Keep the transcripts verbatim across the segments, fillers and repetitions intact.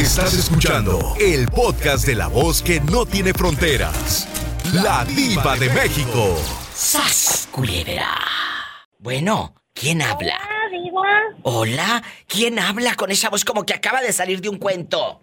Estás escuchando el podcast de la voz que no tiene fronteras. La Diva de México. ¡Sas, culebra! Bueno, ¿quién habla? Hola, Diva. Hola, ¿quién habla con esa voz como que acaba de salir de un cuento?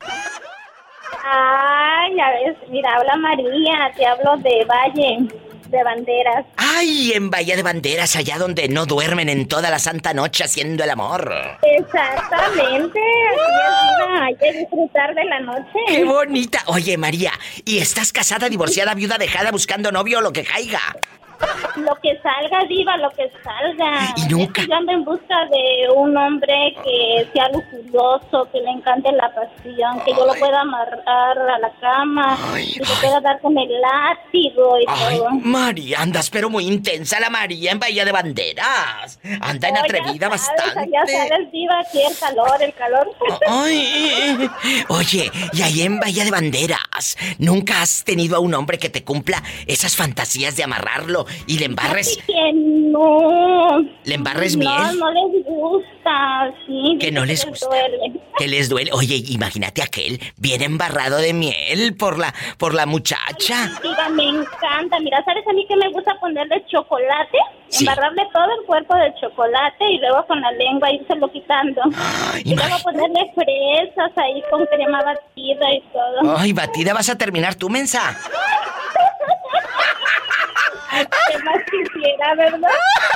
Ay, ya ves, mira, habla María, te hablo de Valle de Banderas. ¡Ay, en Bahía de Banderas, allá donde no duermen en toda la santa noche haciendo el amor! Exactamente, así es, Diva, hay que disfrutar de la noche. ¡Qué bonita! Oye, María, ¿y estás casada, divorciada, viuda, dejada, buscando novio o lo que caiga? Lo que salga, Diva, lo que salga. Y nunca. Es que yo ando en busca de un hombre que sea lujurioso, que le encante la pasión, que yo lo pueda amarrar a la cama, Ay, que le ay. pueda dar con el látigo y Ay, todo. María, andas pero muy intensa la María en Bahía de Banderas. Anda en Oh, atrevida ya sabes, bastante. Ya sabes, Diva, aquí el calor, el calor. Ay, oye, y ahí en Bahía de Banderas, ¿nunca has tenido a un hombre que te cumpla esas fantasías de amarrarlo y le embarres, Así que no. le embarres no, miel? No les gusta, sí. Que no les gusta. Duele. Que les duele. Oye, imagínate aquel bien embarrado de miel por la por la muchacha. Diva, me encanta. Mira, ¿sabes a mí que me gusta ponerle chocolate? Sí. Embarrarle todo el cuerpo de chocolate y luego con la lengua írselo quitando. Ay, y luego imag- ponerle fresas ahí con crema batida y todo. Ay, batida vas a terminar tú, mensa. ¿Qué más quisiera, verdad?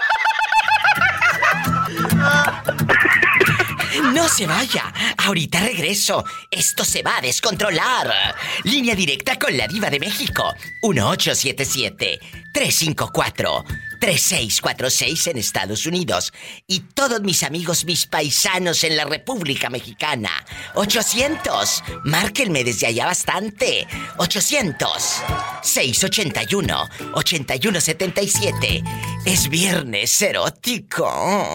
No se vaya. Ahorita regreso. Esto se va a descontrolar. Línea directa con la Diva de México. uno ocho siete siete, tres cinco cuatro, tres seis cuatro seis en Estados Unidos. Y todos mis amigos, mis paisanos en la República Mexicana. ochocientos. Márquenme desde allá bastante. ochocientos, seiscientos ochenta y uno, ochenta y uno setenta y siete. Es viernes erótico.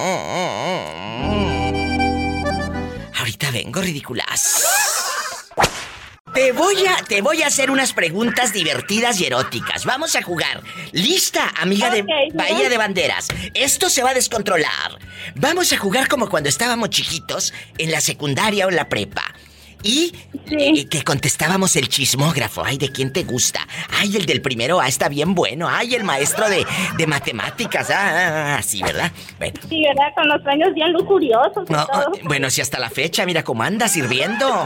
Ahorita vengo, ridículas. Te voy a, te voy a hacer unas preguntas divertidas y eróticas. Vamos a jugar. ¿Lista, amiga de Ok, Bahía ¿no? de Banderas? Esto se va a descontrolar. Vamos a jugar como cuando estábamos chiquitos en la secundaria o en la prepa. Y Sí. eh, que contestábamos el chismógrafo. Ay, ¿de quién te gusta? Ay, el del primero A está bien bueno. Ay, el maestro de, de matemáticas. Ah, así, ¿verdad? Bueno. Sí, ¿verdad? Con los sueños bien lujuriosos y No, todo. bueno, si hasta la fecha, mira cómo anda sirviendo.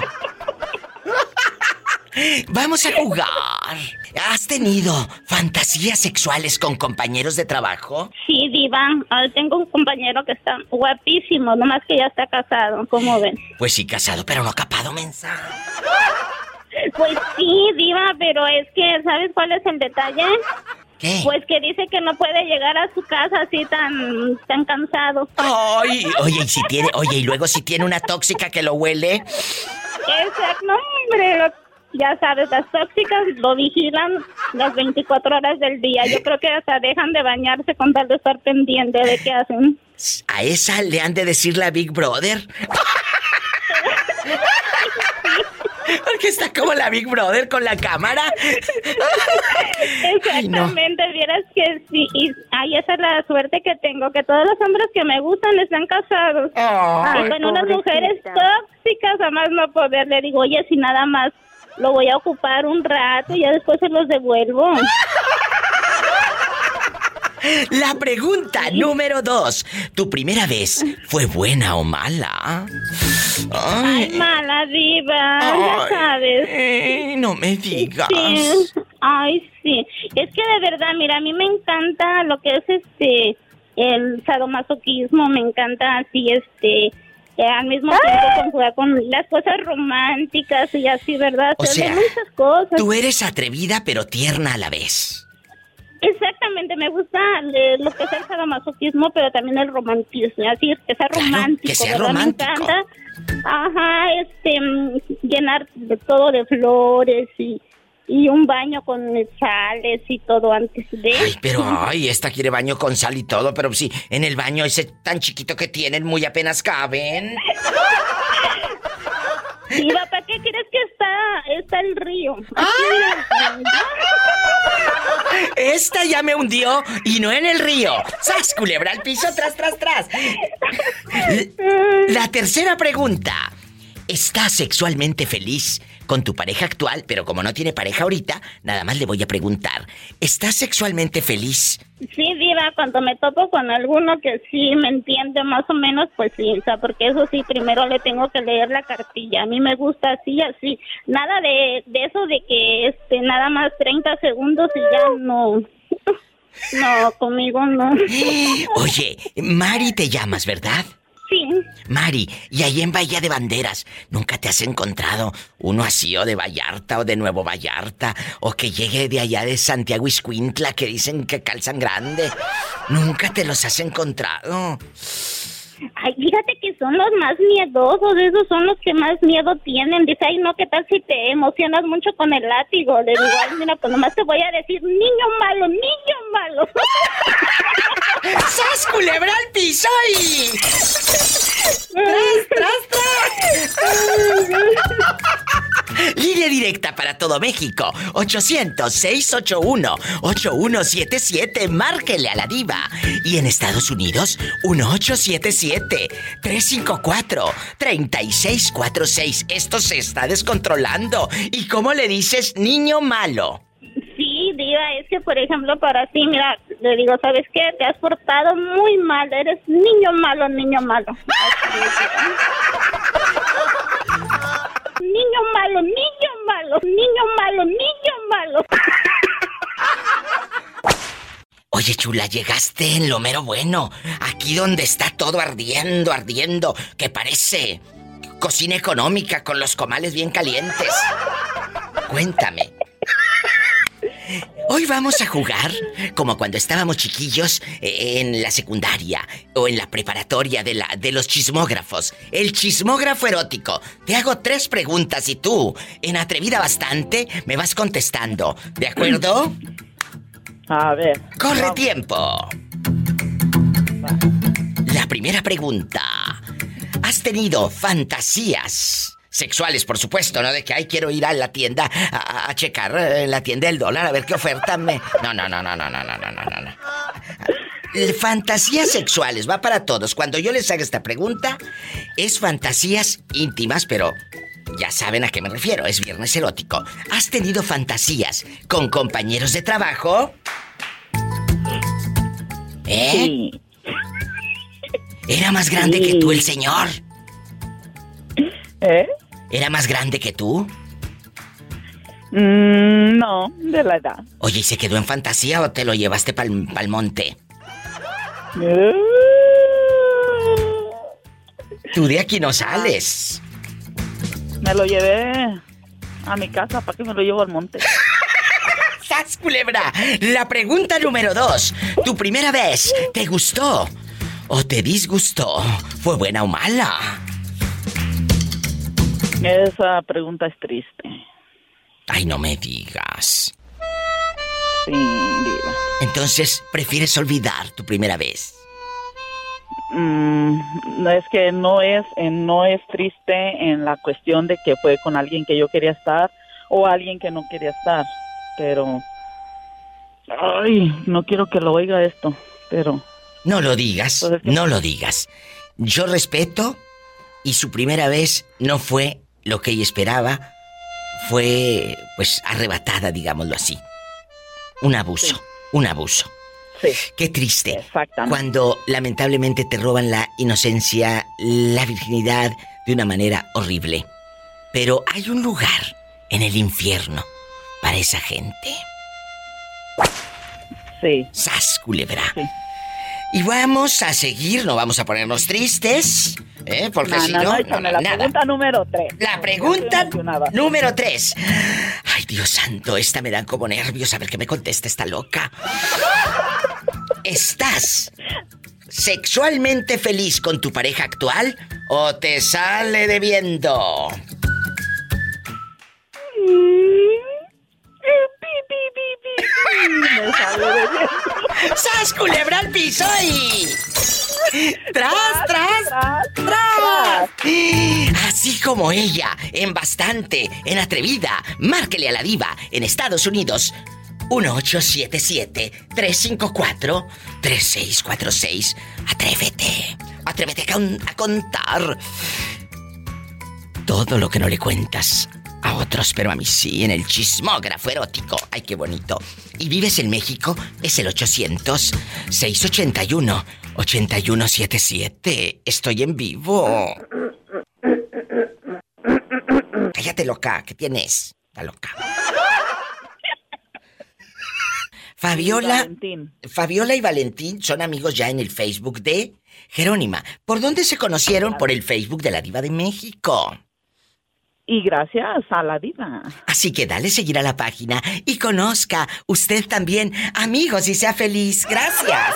Vamos a jugar. ¿Has tenido fantasías sexuales con compañeros de trabajo? Sí, Diva. Ah, tengo un compañero que está guapísimo, nomás que ya está casado, ¿cómo ven? Pues sí, casado, pero no capado, mensa. Pues sí, Diva, pero es que, ¿sabes cuál es el detalle? ¿Qué? Pues que dice que no puede llegar a su casa así tan, tan cansado. Ay, oye, y si tiene, oye, y luego si tiene una tóxica que lo huele. Exacto, no, hombre, lo- ya sabes, las tóxicas lo vigilan las veinticuatro horas del día. Yo creo que hasta dejan de bañarse con tal de estar pendiente de qué hacen. ¿A esa le han de decir la Big Brother? Porque está como la Big Brother con la cámara. Ay, no. Exactamente, vieras que sí, y ay, esa es la suerte que tengo, que todos los hombres que me gustan están casados. Ay, y con unas pobrecita. mujeres tóxicas, además no poder, le digo, oye, si nada más lo voy a ocupar un rato y ya después se los devuelvo. La pregunta número dos. ¿Tu primera vez fue buena o mala? Ay, mala diva, ya ay, sabes. eh, no me digas. Sí, ay, sí. Es que de verdad, mira, a mí me encanta lo que es este, el sadomasoquismo, me encanta así, este, eh, al mismo tiempo conjugar con las cosas románticas y así, ¿verdad? O Hacer sea, muchas cosas. Tú eres atrevida pero tierna a la vez. Exactamente, me gusta eh, lo que es el sadomasoquismo, pero también el romantismo, así, que sea Claro, romántico, que sea ¿verdad? romántico. Me encanta, ajá, este, mm, llenar de todo de flores y, y un baño con sales y todo antes de... Ay, pero ay, esta quiere baño con sal y todo, pero sí, en el baño ese tan chiquito que tienen muy apenas caben. Sí, ¿para qué crees que está, está el río? ¡Ah! Esta ya me hundió y no en el río. ¡Sas, culebra al piso, tras, tras, tras! La tercera pregunta. ¿Estás sexualmente feliz con tu pareja actual? Pero como no tiene pareja ahorita, nada más le voy a preguntar. ¿Estás sexualmente feliz? Sí, Diva, cuando me topo con alguno que sí me entiende más o menos, pues sí, o sea, porque eso sí, primero le tengo que leer la cartilla. A mí me gusta así, así. Nada de, de eso de que este nada más treinta segundos y ya no. No, conmigo no. Oye, Mari te llamas, ¿verdad? Sí. Mari, y ahí en Bahía de Banderas, ¿nunca te has encontrado uno así o de Vallarta o de Nuevo Vallarta o que llegue de allá de Santiago Ixcuintla que dicen que calzan grande? ¿Nunca te los has encontrado? Ay, fíjate que son los más miedosos, esos son los que más miedo tienen. Dice, ay, no, ¿qué tal si te emocionas mucho con el látigo? Le digo, ay, mira, pues nomás te voy a decir, niño malo, niño malo. ¡Sas, culebra al piso y... ¡Tras, tras, tras! Línea directa para todo México. ochocientos, seiscientos ochenta y uno, ochenta y uno setenta y siete. Márquele a la diva. Y en Estados Unidos, uno ocho siete siete, tres cinco cuatro, tres seis cuatro seis. Esto se está descontrolando. ¿Y cómo le dices niño malo? Sí, Diva, es que por ejemplo para ti, mira, le digo, ¿sabes qué? Te has portado muy mal, eres niño malo, niño malo. Niño malo, niño malo, niño malo, niño malo. Oye, chula, llegaste en lo mero bueno. Aquí donde está todo ardiendo, ardiendo, que parece cocina económica con los comales bien calientes. Cuéntame. Hoy vamos a jugar como cuando estábamos chiquillos eh, en la secundaria o en la preparatoria de, la, de los chismógrafos. El chismógrafo erótico. Te hago tres preguntas y tú, en Atrevida Bastante, me vas contestando. ¿De acuerdo? A ver. ¡Corre vamos. tiempo! La primera pregunta. ¿Has tenido fantasías sexuales, por supuesto, no de que, ay, quiero ir a la tienda a, a checar eh, la tienda del dólar a ver qué oferta me... No, no, no, no, no, no, no, no, no, no. Fantasías sexuales, va para todos. Cuando yo les haga esta pregunta, es fantasías íntimas, pero ya saben a qué me refiero, es viernes erótico. ¿Has tenido fantasías con compañeros de trabajo? ¿Eh? Sí. ¿Era más grande Sí. que tú el señor? ¿Eh? ¿Era más grande que tú? Mm, no, de la edad. Oye, ¿y se quedó en fantasía o te lo llevaste pa'l pa'l monte? Uh, Tú de aquí no sales. me lo llevé a mi casa, ¿para qué me lo llevo al monte? ¡Sas, culebra! La pregunta número dos. ¿Tu primera vez te gustó o te disgustó? ¿Fue buena o mala? Esa pregunta es triste. Ay, no me digas. Sí, diva. Entonces, ¿prefieres olvidar tu primera vez? Mm, no, es que no es, eh, no es triste en la cuestión de que fue con alguien que yo quería estar o alguien que no quería estar, pero... Ay, no quiero que lo oiga esto, pero... No lo digas, Pues es que- no lo digas. Yo respeto y su primera vez no fue lo que ella esperaba. Fue, pues, arrebatada, digámoslo así. Un abuso, Sí. un abuso. Sí, Qué triste. exactamente. Cuando lamentablemente te roban la inocencia, la virginidad de una manera horrible. Pero hay un lugar en el infierno para esa gente. Sí, ¡Sas, culebra! sí. Y vamos a seguir, no vamos a ponernos tristes, ¿eh? Porque No, si no, no, no, no, échame no, la nada. pregunta número tres. La pregunta Estoy emocionada. número tres. Ay, Dios santo, esta me dan como nervios a ver qué me contesta esta loca. ¿Estás sexualmente feliz con tu pareja actual o te sale debiendo? Me sale de bien. ¡Sas, culebra al piso y... ¡Tras, tras, Tras, tras! Así como ella, en Bastante, en Atrevida, márquele a la diva en Estados Unidos. uno ocho siete siete, tres cinco cuatro, tres seis cuatro seis. Atrévete, atrévete a, con- a contar. Todo lo que no le cuentas a otros, pero a mí sí, en el chismógrafo erótico. Ay, qué bonito. ¿Y vives en México? Es el ochocientos, seiscientos ochenta y uno, ochenta y uno setenta y siete. Estoy en vivo. Cállate, loca. ¿Qué tienes? Está loca. Fabiola, Fabiola y Valentín son amigos ya en el Facebook de Jerónima. ¿Por dónde se conocieron? Por el Facebook de la Diva de México. Y gracias a la Diva. Así que dale seguir a la página y conozca usted también amigos y sea feliz. Gracias.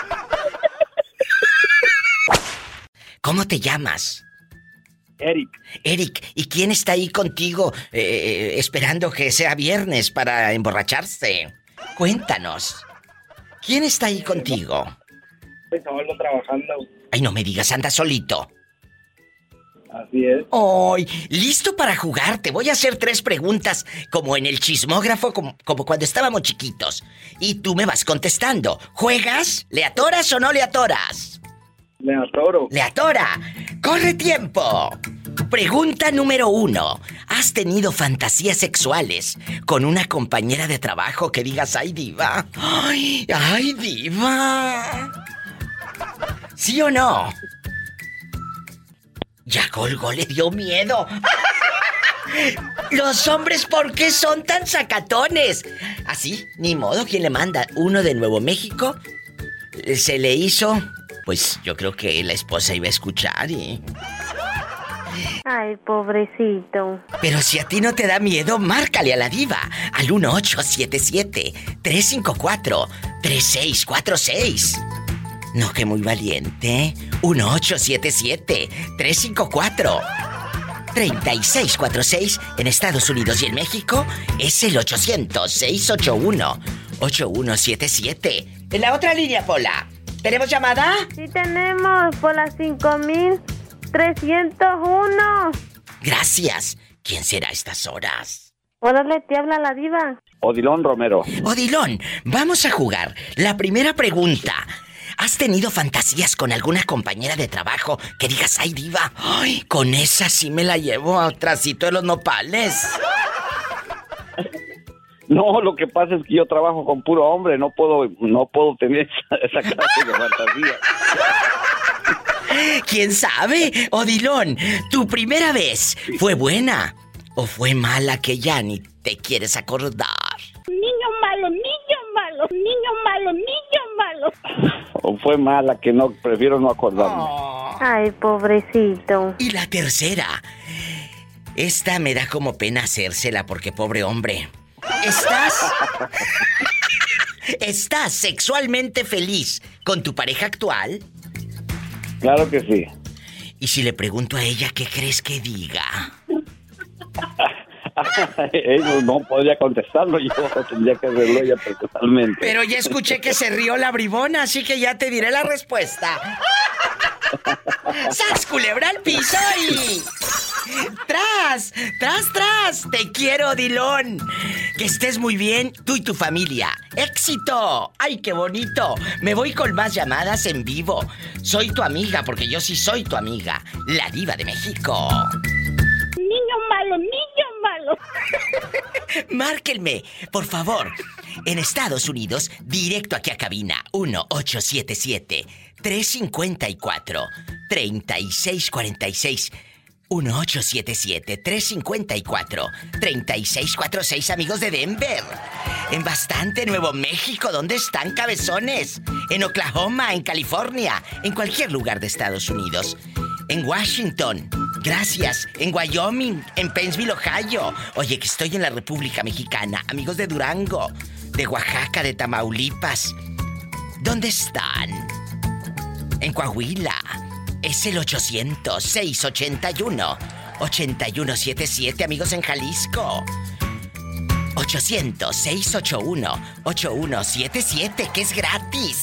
¿Cómo te llamas? Eric. Eric, ¿y quién está ahí contigo eh, esperando que sea viernes para emborracharse? Cuéntanos. ¿Quién está ahí contigo? Estoy solo trabajando. Ay, no me digas, anda solito. Así es. ¡Ay! Listo para jugar. Te voy a hacer tres preguntas, como en el chismógrafo, como, como cuando estábamos chiquitos. Y tú me vas contestando. ¿Juegas? ¿Le atoras o no le atoras? Le atoro. ¡Le atora! ¡Corre tiempo! Pregunta número uno. ¿Has tenido fantasías sexuales con una compañera de trabajo que digas, ay, diva? ¡Ay, ay, diva! ¿Sí o no? Ya colgó, le dio miedo. Los hombres, ¿por qué son tan sacatones? Así, ni modo, ¿quién le manda? Uno de Nuevo México se le hizo... Pues yo creo que la esposa iba a escuchar y... Ay, pobrecito. Pero si a ti no te da miedo, márcale a la Diva al uno ocho siete siete, tres cinco cuatro, tres seis cuatro seis. No, que muy valiente. uno ocho siete siete, tres cinco cuatro, tres seis cuatro seis. En Estados Unidos y en México es el ochocientos, seiscientos ochenta y uno, ochenta y uno setenta y siete. En la otra línea, Pola. ¿Tenemos llamada? Sí tenemos, por las cinco mil trescientos uno. Gracias. ¿Quién será a estas horas? Órale, te habla la Diva. Odilón Romero. Odilón, vamos a jugar. La primera pregunta. ¿Has tenido fantasías con alguna compañera de trabajo que digas, ay, Diva, ay, con esa sí me la llevo atrásito de los nopales? No, lo que pasa es que yo trabajo con puro hombre, no puedo, no puedo tener esa, esa clase de fantasía. ¿Quién sabe? Odilón, ¿tu primera vez fue buena o fue mala que ya ni te quieres acordar? Niño malo, niño malo, niño malo, niño malo. O fue mala que no, prefiero no acordarme. Oh. Ay, pobrecito. Y la tercera. Esta me da como pena hacérsela porque pobre hombre. ¿Estás? ¿Estás sexualmente feliz con tu pareja actual? Claro que sí. Y si le pregunto a ella, ¿qué crees que diga? Eso no podría contestarlo, yo tendría que hacerlo ella personalmente. Pero ya escuché que se rió la bribona, así que ya te diré la respuesta. ¡Sas, culebra al piso y... ¡Tras! ¡Tras, tras! ¡Te quiero, Odilón! Que estés muy bien, tú y tu familia. ¡Éxito! ¡Ay, qué bonito! Me voy con más llamadas en vivo. Soy tu amiga, porque yo sí soy tu amiga, la Diva de México. Niño malo, niño malo. Márquenme, por favor. En Estados Unidos, directo aquí a cabina. uno ocho siete siete, tres cinco cuatro, tres seis cuatro seis. uno ocho siete siete, tres cinco cuatro, tres seis cuatro seis, amigos de Denver. En bastante Nuevo México, ¿dónde están, cabezones? En Oklahoma, en California, en cualquier lugar de Estados Unidos. En Washington, gracias. En Wyoming, en Pennsville, Ohio. Oye, que estoy en la República Mexicana. Amigos de Durango, de Oaxaca, de Tamaulipas. ¿Dónde están? En Coahuila. Es el ochocientos, seiscientos ochenta y uno, ochenta y uno setenta y siete, amigos en Jalisco. ochocientos, seiscientos ochenta y uno, ochenta y uno setenta y siete, que es gratis.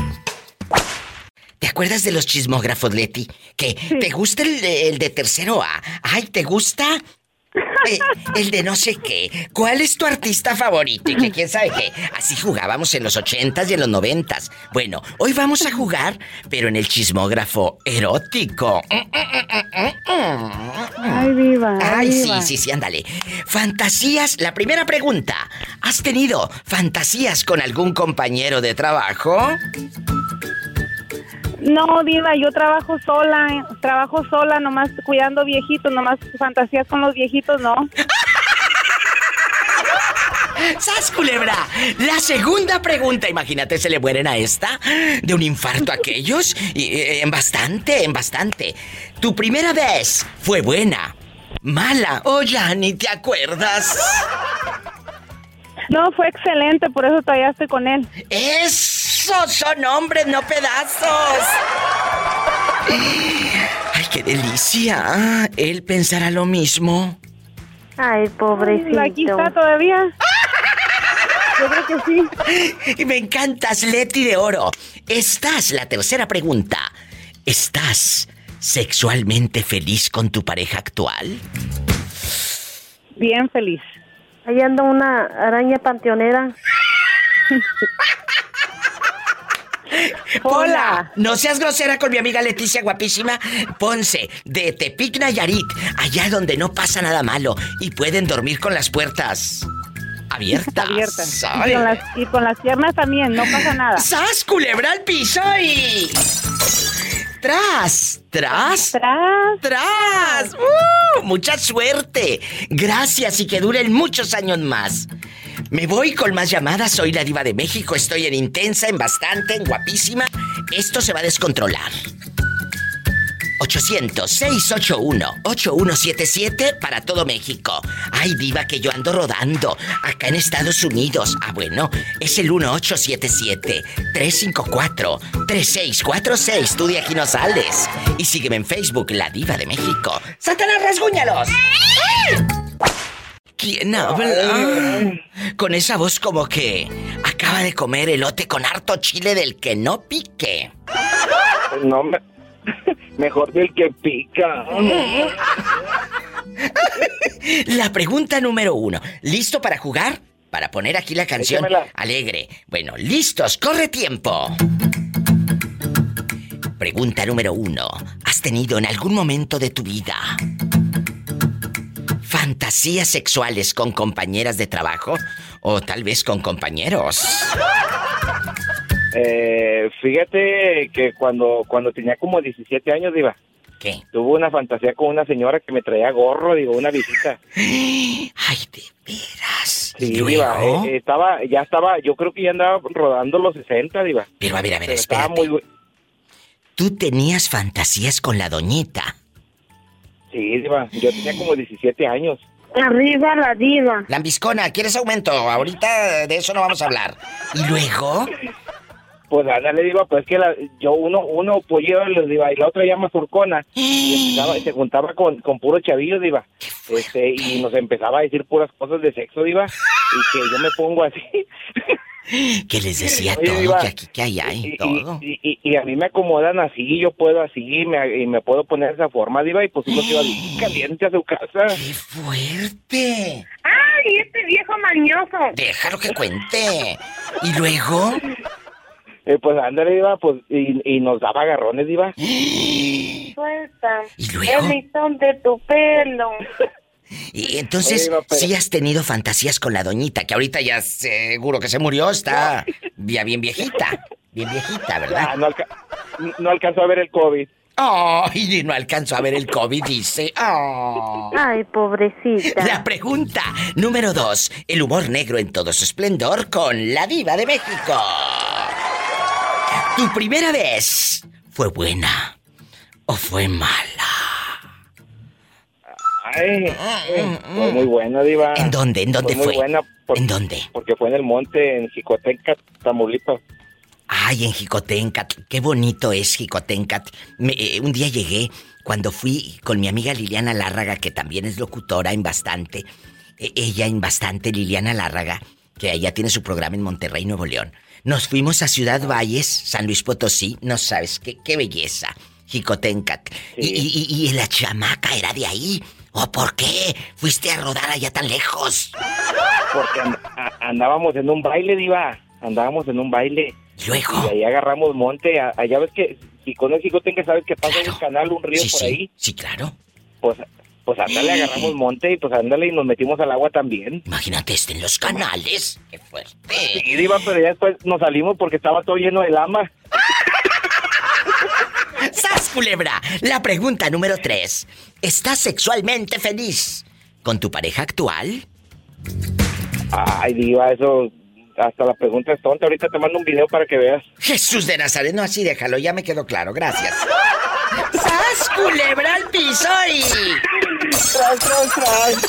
¿Te acuerdas de los chismógrafos, Leti? Que sí. ¿Te gusta el, el de tercero A? Ay, ¿te gusta? Eh, el de no sé qué. ¿Cuál es tu artista favorito? Y que quién sabe qué. Así jugábamos en los ochentas y en los noventas. Bueno, hoy vamos a jugar, pero en el chismógrafo erótico. Ay, viva. Ay, ay, sí, viva. sí, sí, ándale. Fantasías, la primera pregunta. ¿Has tenido fantasías con algún compañero de trabajo? No, diva, yo trabajo sola, eh, trabajo sola, nomás cuidando viejitos, nomás fantasías con los viejitos, ¿no? ¡Sas, culebra! La segunda pregunta, imagínate, se le mueren a esta de un infarto a aquellos. Y, eh, en bastante, en bastante. Tu primera vez fue buena, mala o ya ni te acuerdas. No, fue excelente, por eso todavía estoy con él. ¡Esos son hombres, no pedazos! ¡Ay, qué delicia! Él pensará lo mismo. Ay, pobrecito. Aquí está todavía. Yo creo que sí. Y me encantas, Leti de Oro. Estás, la tercera pregunta. ¿Estás sexualmente feliz con tu pareja actual? Bien feliz. Ahí anda una araña panteonera. Hola. No seas grosera con mi amiga Leticia, guapísima. Ponce, de Tepic, Nayarit, allá donde no pasa nada malo y pueden dormir con las puertas abiertas. Abiertas. Ay. Y con, las, y con las piernas también, no pasa nada. ¡Sas, culebra al piso y... ¡Tras! ¡Tras! Tras. ¡Tras! ¡Uh! ¡Mucha suerte! Gracias y que duren muchos años más. Me voy con más llamadas. Soy la Diva de México. Estoy en Intensa, en Bastante, en Guapísima. Esto se va a descontrolar. ochocientos, seiscientos ochenta y uno, ochenta y uno setenta y siete para todo México. Ay, Diva, que yo ando rodando acá en Estados Unidos. Ah, bueno, es el uno ocho siete siete, tres cinco cuatro, tres seis cuatro seis. Tú de aquí no sales. Y sígueme en Facebook, La Diva de México. ¡Satanás, rasguñalos! ¿Quién habla? Con esa voz como que acaba de comer elote con harto chile del que no pique. No, me... mejor del que pica. La pregunta número uno. ¿Listo para jugar? Para poner aquí la canción Échamela. alegre. Bueno, listos, corre tiempo. Pregunta número uno. ¿Has tenido en algún momento de tu vida fantasías sexuales con compañeras de trabajo o tal vez con compañeros? Eh, fíjate que cuando cuando tenía como diecisiete años, Diva, ¿Qué? tuve una fantasía con una señora que me traía gorro, digo, una visita. Ay, de veras. Sí, ¿Y Diva, luego? eh, estaba, ya estaba, yo creo que ya andaba rodando los sesenta, Diva. Pero a ver, a ver, Pero estaba espérate. muy... Tú tenías fantasías con la doñita. Sí, Diva, yo tenía como diecisiete años. Arriba la diva. Lambiscona, ¿quieres aumento? Ahorita de eso no vamos a hablar. ¿Y luego? Pues ándale, Diva, pues que la, yo uno, uno pollo, Diva, y la otra llama surcona. Y empezaba- se juntaba con, con puro chavillo, Diva. Este, y nos empezaba a decir puras cosas de sexo, Diva. Y que yo me pongo así. Que les decía Oye, todo, Diva, que aquí, que allá y, y, todo. y, y, y a mí me acomodan así, yo puedo así, y me, y me puedo poner de esa forma, Diva, y pues uno se iba bien caliente a su casa. ¡Qué fuerte! ¡Ay, este viejo mañoso! Déjalo que cuente. ¿Y luego? Eh, pues ándale, Diva, pues, y, y nos daba agarrones, Diva. Suelta ¿Y luego? el listón de tu pelo. Y entonces, Oye, no, pero- sí has tenido fantasías con la doñita, que ahorita ya seguro que se murió, está ya bien viejita. Bien viejita, Ya, ¿verdad? no, alca no alcanzó a ver el COVID. Ay, no alcanzó a ver el COVID, dice. Oh. Ay, pobrecita. La pregunta número dos. El humor negro en todo su esplendor con la Diva de México. ¿Tu primera vez fue buena o fue mala? Ay, eh, fue muy buena, Diva. ¿En dónde? ¿En dónde Fue muy fue? buena por- ¿En dónde? Porque fue en el monte, en Jicotenca, Tamaulipas. Ay, en Jicotencat. Qué bonito es Jicotencat. Me, eh, un día llegué cuando fui con mi amiga Liliana Lárraga, que también es locutora en Bastante. Eh, ella en Bastante, Liliana Lárraga, que ella tiene su programa en Monterrey, Nuevo León. Nos fuimos a Ciudad Valles, San Luis Potosí. No sabes qué, qué belleza. Jicotencat. Sí. Y, y, y, y la chamaca era de ahí. ¿O por qué fuiste a rodar allá tan lejos? Porque and- a- andábamos en un baile, diva. Andábamos en un baile. Luego. Y ahí agarramos monte. A- allá ves que, si conoces Jicoten, que sabes que pasa Claro. un canal, un río Sí, por sí, ahí. sí, claro. Pues, pues ándale, agarramos monte y pues ándale y nos metimos al agua también. Imagínate, este en los canales. ¡Qué fuerte! Sí, diva, pero ya después nos salimos porque estaba todo lleno de lama. ¡Sas, culebra! La pregunta número tres. ¿Estás sexualmente feliz con tu pareja actual? Ay, diva, eso... Hasta la pregunta es tonta. Ahorita te mando un video para que veas. Jesús de Nazaret, no, así déjalo, ya me quedó claro, gracias. ¡Sas, culebra al piso y... ¡Tras, tras, tras!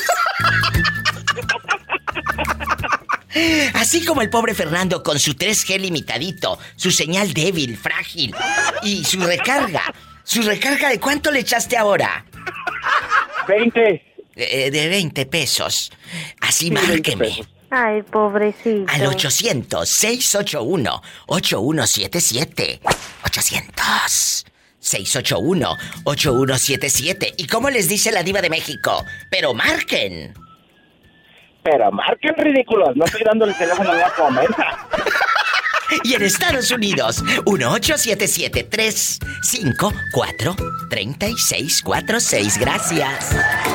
Así como el pobre Fernando con su tres G limitadito, su señal débil, frágil y su recarga. ¿Su recarga de cuánto le echaste ahora? veinte. Eh, de veinte pesos. Así Sí, veinte márqueme. pesos. Ay, pobrecito. Al ochocientos, seiscientos ochenta y uno, ochenta y uno setenta y siete. ochocientos, seiscientos ochenta y uno, ochenta y uno setenta y siete. ¿Y cómo les dice la diva de México? Pero marquen. Pero marquen, ridículos. No estoy dando el teléfono a la comenta. Y en Estados Unidos, uno ocho siete siete, tres cinco cuatro, tres seis cuatro seis. Gracias.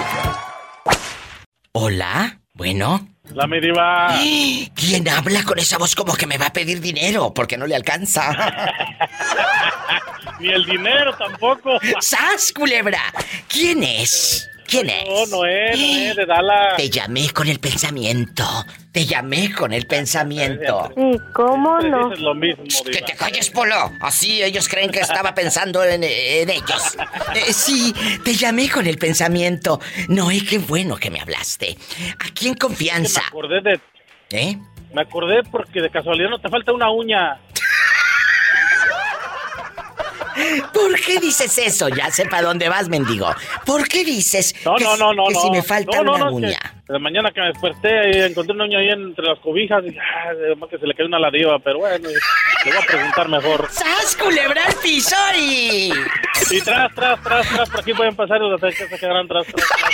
Hola, bueno. La mi diva. ¿Quién habla con esa voz como que me va a pedir dinero? Porque no le alcanza. Ni el dinero tampoco. ¡Sas, culebra! ¿Quién es? ¿Quién es? No, no es, no es, de Dallas. Te llamé con el pensamiento. Te llamé con el pensamiento. ¿Y cómo Siempre no? dices lo mismo, Que diva. te calles, Polo. Así ellos creen que estaba pensando en, en ellos. Eh, sí, te llamé con el pensamiento. Noé, qué bueno que me hablaste. Aquí en Me confianza. acordé de... ¿Eh? Me acordé porque de casualidad no te falta una uña. ¿Por qué dices eso? Ya sé para dónde vas, mendigo. ¿Por qué dices No, que, no, no, no. que no. si me falta no, no, una no, uña? que de mañana que me desperté y encontré una uña ahí entre las cobijas y dije, ah, además que se le cayó una a la diva, pero bueno, le voy a preguntar mejor. ¡Sas, culebra al piso y... Y tras, tras, tras, tras, por aquí pueden pasar y los que se quedarán tras, tras, tras,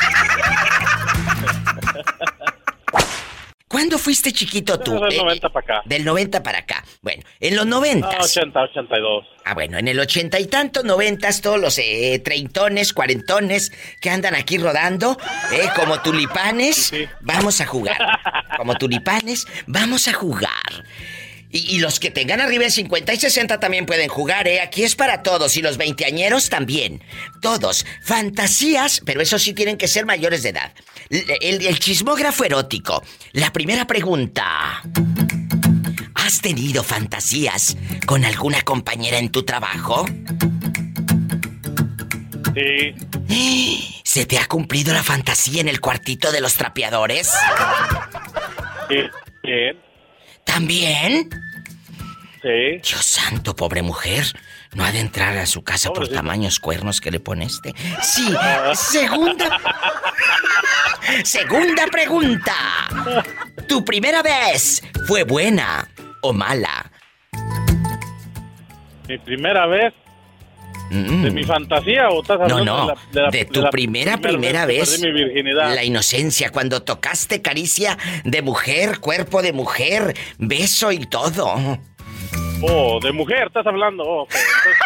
tras. ¿Cuándo fuiste chiquito tú? Del Eh, noventa para acá. Del noventa para acá. Bueno, en los noventas. Ah, ochenta, ochenta y dos. Ah, bueno, en el ochenta y tantos, noventas, todos los eh, treintones, cuarentones que andan aquí rodando, eh, como tulipanes, Sí, sí. vamos a jugar. Como tulipanes, vamos a jugar. Y, y los que tengan arriba de cincuenta y sesenta también pueden jugar, ¿eh? Aquí es para todos, y los veinteañeros también. Todos. Fantasías, pero eso sí tienen que ser mayores de edad. El, el- el chismógrafo erótico. La primera pregunta. ¿Has tenido fantasías con alguna compañera en tu trabajo? Sí, ¿Se te ha cumplido la fantasía en el cuartito de los trapeadores? sí, bien, ¿También? sí. Dios santo, pobre mujer. No ha de entrar a su casa por Pobrecita. tamaños cuernos que le pone este. Sí, segunda... segunda pregunta. ¿Tu primera vez fue buena o mala? Mi primera vez Mm. de mi fantasía o estás No, hablando no, de, la, de, la- de tu la primera, primera que vez. perdí mi virginidad. La inocencia, cuando tocaste caricia de mujer, cuerpo de mujer, beso y todo. Oh, de mujer estás hablando. Oh, ok,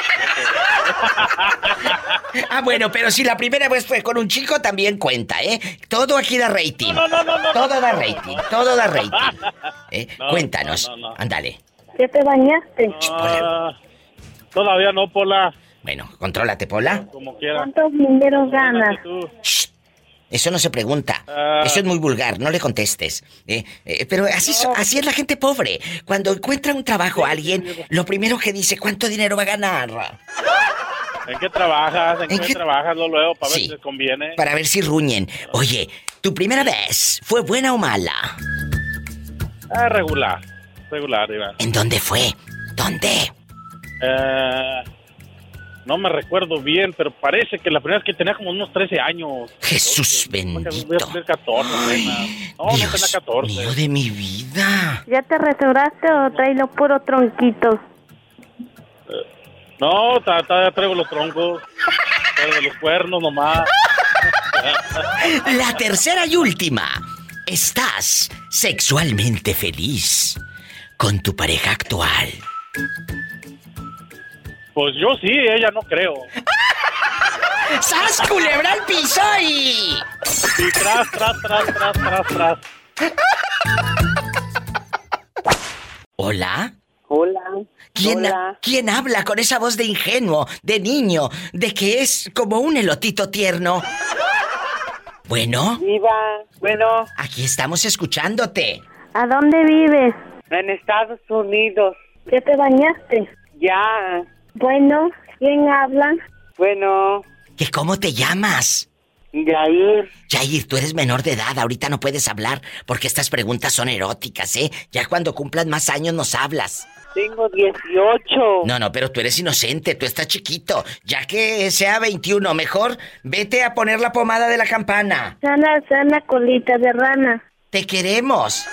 entonces, Ah, bueno, pero si la primera vez fue con un chico, también cuenta, ¿eh? Todo aquí da rating. No, no, no, no, Todo no, da no, rating, no. todo da rating. ¿Eh? No, Cuéntanos, no, no, no. ándale. ¿Ya te bañaste? ah, todavía no, Pola. Bueno, contrólate, Pola. Como quiera. ¿Cuántos dineros ganas? Tú. Shh. Eso no se pregunta. Ah. Eso es muy vulgar, no le contestes. ¿eh? Eh, pero así, so- No. así es la gente pobre. Cuando encuentra un trabajo a alguien, lo primero que dice, ¿cuánto dinero va a ganar? ¿En qué trabajas? ¿En, ¿En qué, qué- trabajas? Lo luego para Sí. ver si te conviene. Para ver si ruñen. Oye, ¿tu primera vez fue buena o mala? Ah, regular. Regular, Iván. ¿En dónde fue? ¿Dónde? Eh, no me recuerdo bien, pero parece que la primera vez que tenía como unos trece años. Jesús Voy a bendito. cumplir catorce apenas. No, no tenía Dios catorce. mío de mi vida. ¿Ya te restauraste o traes los puros tronquitos? No, todavía traigo los troncos. Traigo los cuernos nomás. La tercera y última. ¿Estás sexualmente feliz con tu pareja actual? Pues yo sí, ella no creo. ¡Sas, culebra al piso y... Y tras, tras, tras, tras, tras, tras. ¿Hola? Hola. ¿Quién, Hola. ¿Quién habla con esa voz de ingenuo, de niño, de que es como un elotito tierno? Bueno. Diva, bueno. Aquí estamos escuchándote. ¿A dónde vives? En Estados Unidos. ¿Ya te bañaste? Ya. Bueno, ¿quién habla? Bueno. ¿Que cómo te llamas? Yair. Yair, tú eres menor de edad, ahorita no puedes hablar porque estas preguntas son eróticas, ¿eh? Ya cuando cumplas más años nos hablas. Tengo dieciocho. No, no, pero tú eres inocente, tú estás chiquito. Ya que sea veintiuno, mejor vete a poner la pomada de la campana. Sana, sana, colita de rana. Te queremos.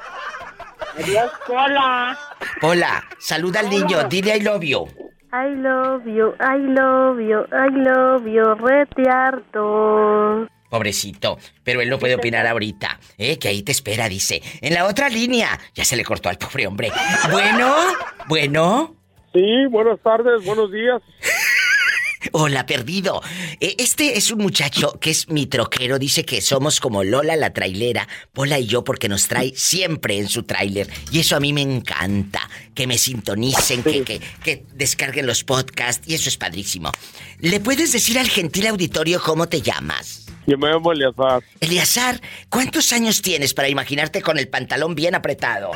Adiós, Pola. Hola, saluda al niño, dile I love you. I love you, I love you, I love you, rete harto. Pobrecito, pero él no puede opinar ahorita, ¿eh? Que ahí te espera, dice. En la otra línea, ya se le cortó al pobre hombre. Bueno, bueno. Sí, buenas tardes, buenos días. Hola, perdido. Eh, Este es un muchacho que es mi troquero. Dice que somos como Lola la trailera, Pola y yo, porque nos trae siempre en su tráiler. Y eso a mí me encanta. Que me sintonicen, que, que, que descarguen los podcasts. Y eso es padrísimo. ¿Le puedes decir al gentil auditorio cómo te llamas? Yo me llamo Eleazar. Eleazar, ¿cuántos años tienes para imaginarte con el pantalón bien apretado?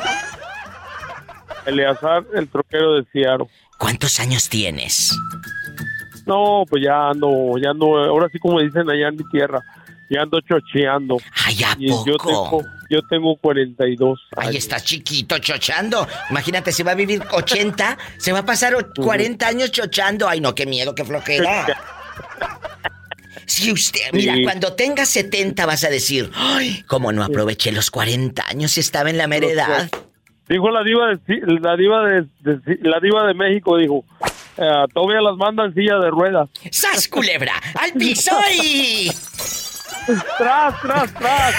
Eleazar, el troquero de Seattle. ¿Cuántos años tienes? No, pues ya ando, ya ando, ahora sí como dicen allá en mi tierra, ya ando chocheando. Ay, ¿a y poco? Yo tengo, yo tengo cuarenta y dos años. Ahí está chiquito chochando. Imagínate, se va a vivir ochenta, se va a pasar o- cuarenta años chochando. Ay, no, qué miedo, qué flojera. Si usted, mira, Sí. cuando tengas setenta vas a decir, ay, cómo no aproveché los cuarenta años, estaba en la mera edad. Dijo la diva de, la diva de, de- la diva de México, dijo, eh, todavía las mandan en silla de ruedas. ¡Sas, culebra! ¡Al piso y... ¡Tras, tras, tras!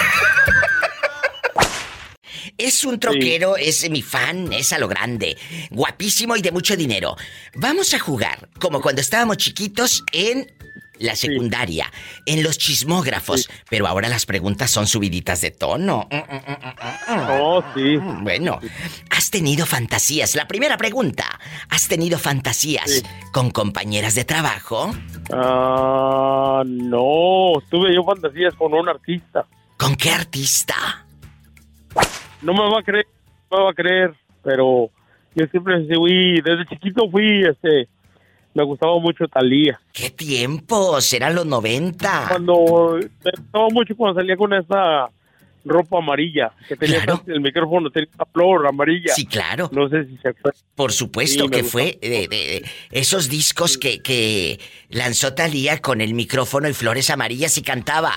Es un troquero, es mi fan, es a lo grande. Guapísimo y de mucho dinero. Vamos a jugar, como cuando estábamos chiquitos en la secundaria, en los chismógrafos. Sí. Pero ahora las preguntas son subiditas de tono. Mm, mm, mm, mm, mm. Oh, sí. Mm, Bueno, ¿has tenido fantasías? La primera pregunta. ¿Has tenido fantasías Sí. con compañeras de trabajo? Ah, no, tuve yo fantasías con un artista. ¿Con qué artista? No me va a creer, no me va a creer, pero yo siempre fui, desde chiquito fui, este, me gustaba mucho Thalía. ¿Qué tiempos? Eran los noventa. Cuando, me gustaba mucho cuando salía con esa ropa amarilla, que tenía Claro. el micrófono, tenía una flor amarilla. Sí, claro. No sé si se acuerdan. Por supuesto Sí, me que gustó. fue de, de- de esos discos que, que lanzó Thalía con el micrófono y flores amarillas y cantaba.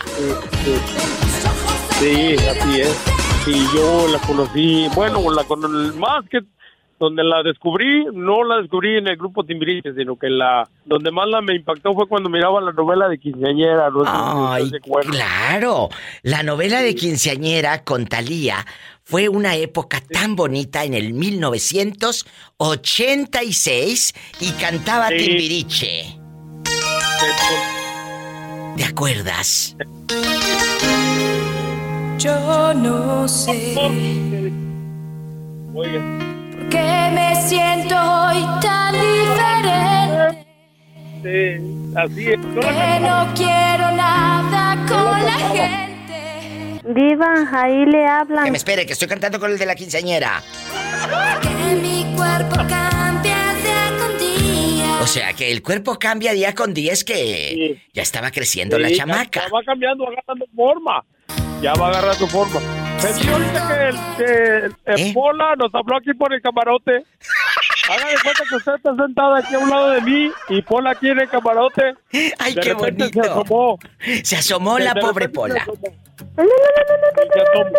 Sí, así es. Y yo la conocí, bueno, la con más que donde la descubrí, no la descubrí en el grupo Timbiriche, sino que la donde más la me impactó fue cuando miraba la novela de Quinceañera. No sé si Ay, ustedes se acuerdan. claro. La novela de Quinceañera con Thalía fue una época tan bonita en el mil novecientos ochenta y seis y cantaba Sí. Timbiriche. ¿Te acuerdas? Yo no sé Oiga, por qué me siento hoy tan diferente, sí, así es. No la que cantaba. no quiero nada con la gente, Diva, ahí le Que hablan. me espere, que estoy cantando con el de la quinceañera. que mi cuerpo cambia día con día. O sea, que el cuerpo cambia día con día, es que Sí. ya estaba creciendo la Sí, ya- chamaca. ya va cambiando, va agarrando forma. Ya va agarrando forma. Pensé ahorita que el, que el ¿Eh? Pola nos habló aquí por el camarote. Haga de cuenta que usted está sentada aquí a un lado de mí y Pola aquí en el camarote. ¡Ay, De qué repente bonito! se asomó. Se asomó la De pobre repente Pola. Se asomó. Y se asomó.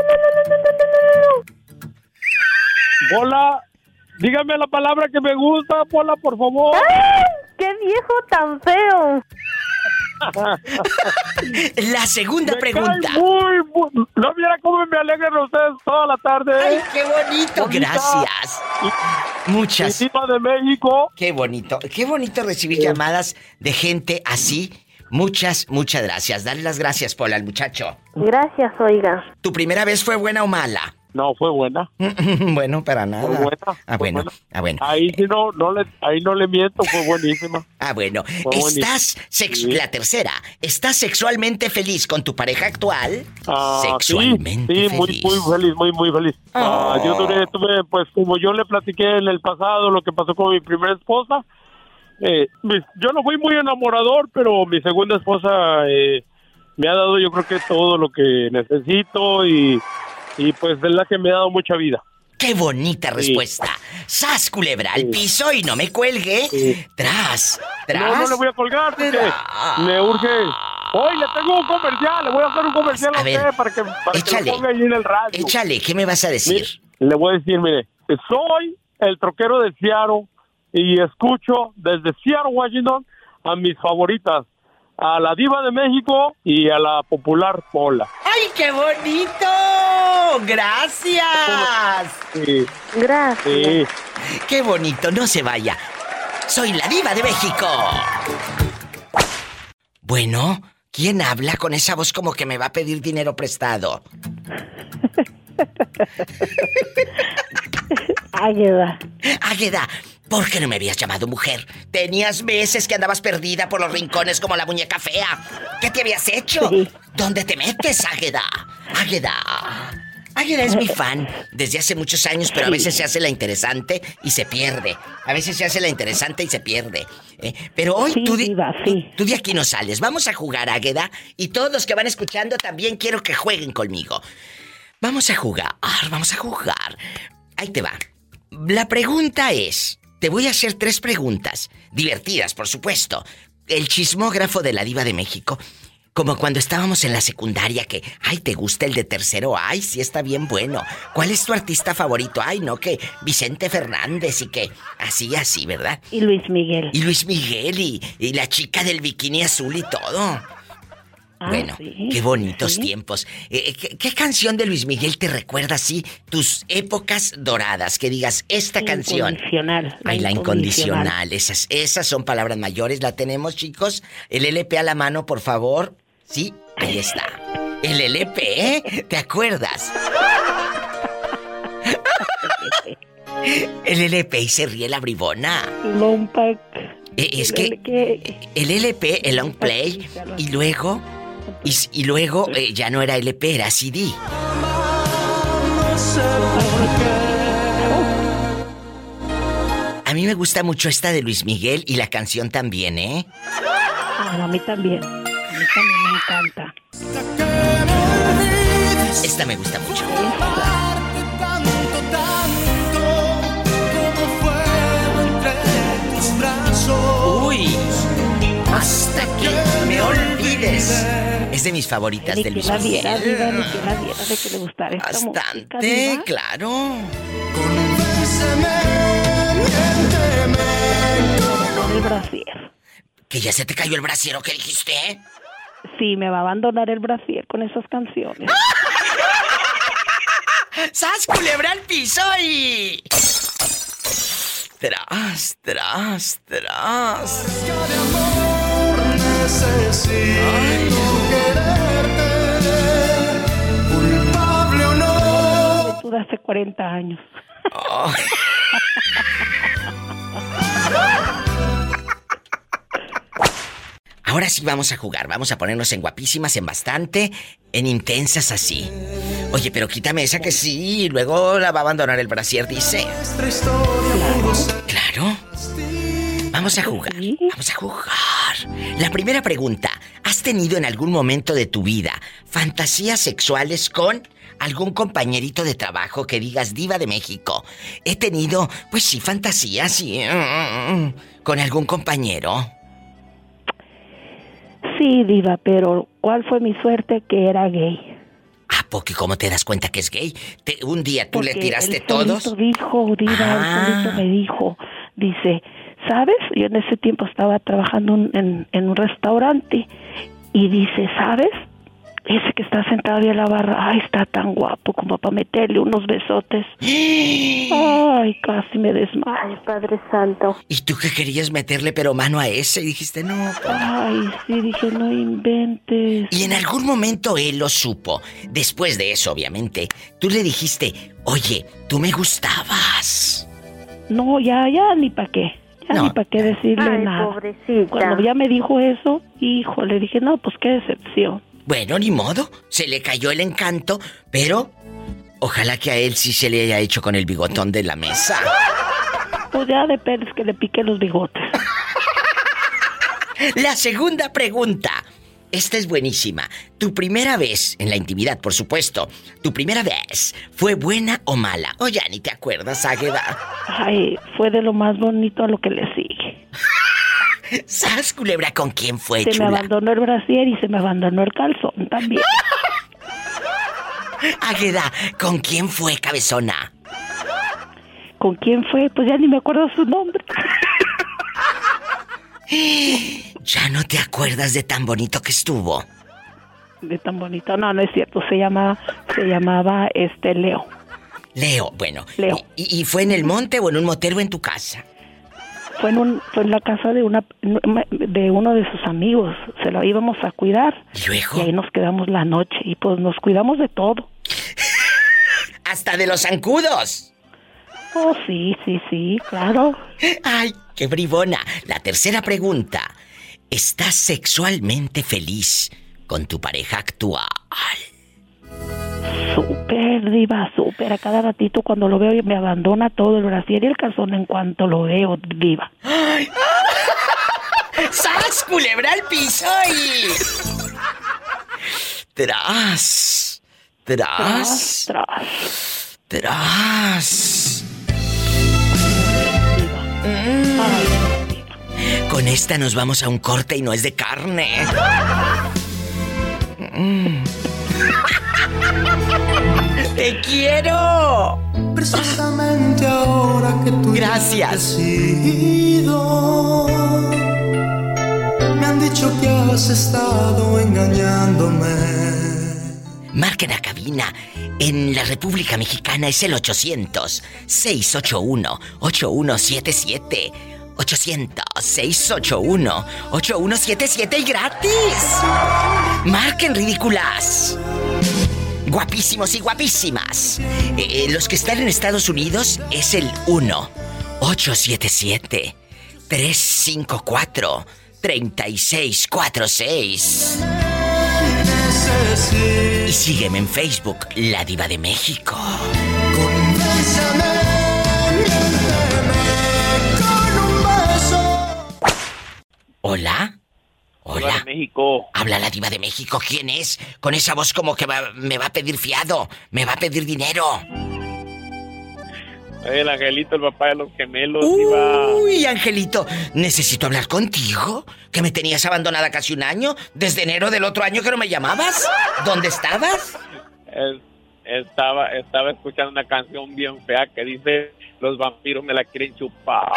Pola, dígame la palabra que me gusta, Pola, por favor. ¡Ay! ¡Qué viejo tan feo! La segunda Me pregunta. cae Muy, muy, no viera cómo me alegran ustedes toda la tarde. ¡Ay, qué bonito! Bonita. Gracias. Muchas. Diva de México. Qué bonito. Qué bonito recibir llamadas de gente así. Muchas, muchas gracias. Dale las gracias, Pola, al muchacho. Gracias, oiga. ¿Tu primera vez fue buena o mala? No, fue buena. Bueno, para nada. Fue buena. Ah, fue bueno. buena. Ah, bueno. Ahí sí no, no le, ahí no le miento, fue buenísima. Ah, bueno. Fue ¿Estás sex- Sí. La tercera, ¿estás sexualmente feliz con tu pareja actual? Ah, Sexualmente sí, sí, feliz. muy, muy feliz, muy, muy feliz. Oh. Ah, yo duré, tuve, pues, como yo le platiqué en el pasado lo que pasó con mi primera esposa, eh, mis- yo no fui muy enamorador, pero mi segunda esposa eh, me ha dado, yo creo que todo lo que necesito y, y pues es la que me ha dado mucha vida. ¡Qué bonita Sí. respuesta! ¡Sas, culebra, al Sí. piso y no me cuelgue! Sí. ¡Tras! ¡Tras! No, no le voy a colgar porque Tras. me urge. Hoy le tengo un comercial, le voy a hacer un comercial a, A ver, usted para que, para que échale. lo ponga ahí en el radio. Échale, ¿qué me vas a decir? Mire, le voy a decir, mire, soy el troquero de Seattle y escucho desde Seattle, Washington, a mis favoritas, a la Diva de México y a la popular Pola. ¡Ay, qué bonito! ¡Gracias! Sí, Gracias. sí. ¡Qué bonito! No se vaya. Soy la Diva de México. Bueno, ¿quién habla con esa voz como que me va a pedir dinero prestado? Águeda. Águeda, ¿por qué no me habías llamado mujer? Tenías meses que andabas perdida por los rincones como la muñeca fea. ¿Qué te habías hecho? Sí. ¿Dónde te metes, Águeda? Águeda. Águeda es mi fan desde hace muchos años, pero a veces se hace la interesante y se pierde. A veces se hace la interesante y se pierde. Eh, pero hoy Sí, tú, de, diva, sí. tú de aquí no sales. Vamos a jugar, Águeda. Y todos los que van escuchando también quiero que jueguen conmigo. Vamos a jugar, vamos a jugar. Ahí te va. La pregunta es... Te voy a hacer tres preguntas. Divertidas, por supuesto. El chismógrafo de la Diva de México... Como cuando estábamos en la secundaria que... Ay, ¿te gusta el de tercero? Ay, sí está bien bueno. ¿Cuál es tu artista favorito? Ay, no, que Vicente Fernández y que... Así, así, ¿verdad? Y Luis Miguel. Y Luis Miguel y, y la chica del bikini azul y todo. Ah, Bueno, sí, qué bonitos sí. tiempos. Eh, ¿qué, qué canción de Luis Miguel te recuerda así tus épocas doradas? Que digas, esta canción... Incondicional. Ay, la incondicional. Esas, esas son palabras mayores. ¿La tenemos, chicos? El L P a la mano, por favor. Sí, ahí está. El L P, ¿eh? ¿Te acuerdas? El L P y se ríe la bribona. Long Pack. Eh, es que el L P, el long play, y luego... Y, y luego eh, ya no era L P, era C D. A mí me gusta mucho esta de Luis Miguel y la canción también, ¿eh? Ah, a mí también. A mí también me encanta. Esta me gusta mucho. Uy, hasta que me olvides. Es de mis favoritas Ni de que Luis la viera, Miguel. diva, ni que la viera de que le gustara esta música, Bastante, diva. claro. El brasier. ¿Que ya se te cayó el brasiero? ¿Qué dijiste? Sí, me va a abandonar el brasier con esas canciones. ¡Sas, culebra al piso y... Tras, tras, tras. Culpable o no. Tú de hace cuarenta años. Oh. Ahora sí vamos a jugar, vamos a ponernos en guapísimas, en bastante, en intensas así. Oye, pero quítame esa que sí, y luego la va a abandonar el brasier, dice. Claro. Vamos a jugar, vamos a jugar. La primera pregunta, ¿has tenido en algún momento de tu vida fantasías sexuales con algún compañerito de trabajo que digas, Diva de México? He tenido, pues sí, fantasías, sí, con algún compañero. Sí, diva, pero ¿cuál fue mi suerte? Que era gay. ¿A poco? ¿Y cómo te das cuenta que es gay? ¿Te, un día tú Porque le tiraste él todos? solito dijo, diva, Ah. él solito me dijo, dice, ¿sabes? Yo en ese tiempo estaba trabajando un, en, en un restaurante y dice, ¿sabes? Ese que está sentado ahí en la barra, ay, está tan guapo como para meterle unos besotes. Ay, casi me desmayo. Ay, Padre Santo. ¿Y tú qué querías meterle pero mano a ese? Y dijiste, no. Pues... Ay, sí, dije, no inventes. Y en algún momento él lo supo. Después de eso, obviamente, tú le dijiste, oye, tú me gustabas. No, ya, ya, ni para qué. Ya No. ni para qué decirle Ay, nada. pobrecita. Cuando ya me dijo eso, hijo, le dije, no, pues qué decepción. Bueno, ni modo, se le cayó el encanto, pero ojalá que a él sí se le haya hecho con el bigotón de la mesa. Pues ya de Pérez que le pique los bigotes. La segunda pregunta. Esta es buenísima. Tu primera vez, en la intimidad, por supuesto, tu primera vez, ¿fue buena o mala? O ya ni te acuerdas, Águeda. Ay, fue de lo más bonito a lo que le sigue. ¿Sabes, culebra, con quién fue, Se chula? me abandonó el brasier y se me abandonó el calzón también. Águeda, ¿con quién fue, cabezona? ¿Con quién fue? Pues ya ni me acuerdo su nombre. ¿Ya no te acuerdas de tan bonito que estuvo? De tan bonito. No, no es cierto. Se llama, se llamaba este Leo. Leo, bueno. Leo. ¿Y, y fue en el monte o en un motel o en tu casa? Fue en un, fue en la casa de una de uno de sus amigos. Se lo íbamos a cuidar. ¿Y luego? Y ahí nos quedamos la noche y pues nos cuidamos de todo. ¡Hasta de los zancudos! Oh, sí, sí, sí, claro. ¡Ay, qué bribona! La tercera pregunta. ¿Estás sexualmente feliz con tu pareja actual? Súper, diva, súper. A cada ratito cuando lo veo me abandona todo el brasier y el calzón en cuanto lo veo, diva. ¡Ay! ¡Sas, culebra al piso y... Tras, tras, tras, tras. Mm. Ay, con esta nos vamos a un corte y no es de carne. Mm. ¡Te quiero! Precisamente ahora que tú Gracias. Decidido, me han dicho que has estado engañándome. Marquen a cabina. En la República Mexicana es el ochocientos, seiscientos ochenta y uno, ochenta y uno setenta y siete. ochocientos, seiscientos ochenta y uno, ochenta y uno setenta y siete y gratis. Marquen, ridículas. Guapísimos y guapísimas. Eh, los que están en Estados Unidos es el uno ocho siete siete, tres cinco cuatro, tres seis cuatro seis. Y sígueme en Facebook, La Diva de México. Hola. Hola. Diva de México. Habla la Diva de México. ¿Quién es? Con esa voz como que va, me va a pedir fiado. Me va a pedir dinero. El Angelito, el papá de los gemelos, Diva. Uy, Angelito, necesito hablar contigo. Que me tenías abandonada casi un año. Desde enero del otro año que no me llamabas. ¿Dónde estabas? Es, estaba, estaba escuchando una canción bien fea que dice: los vampiros me la quieren chupar.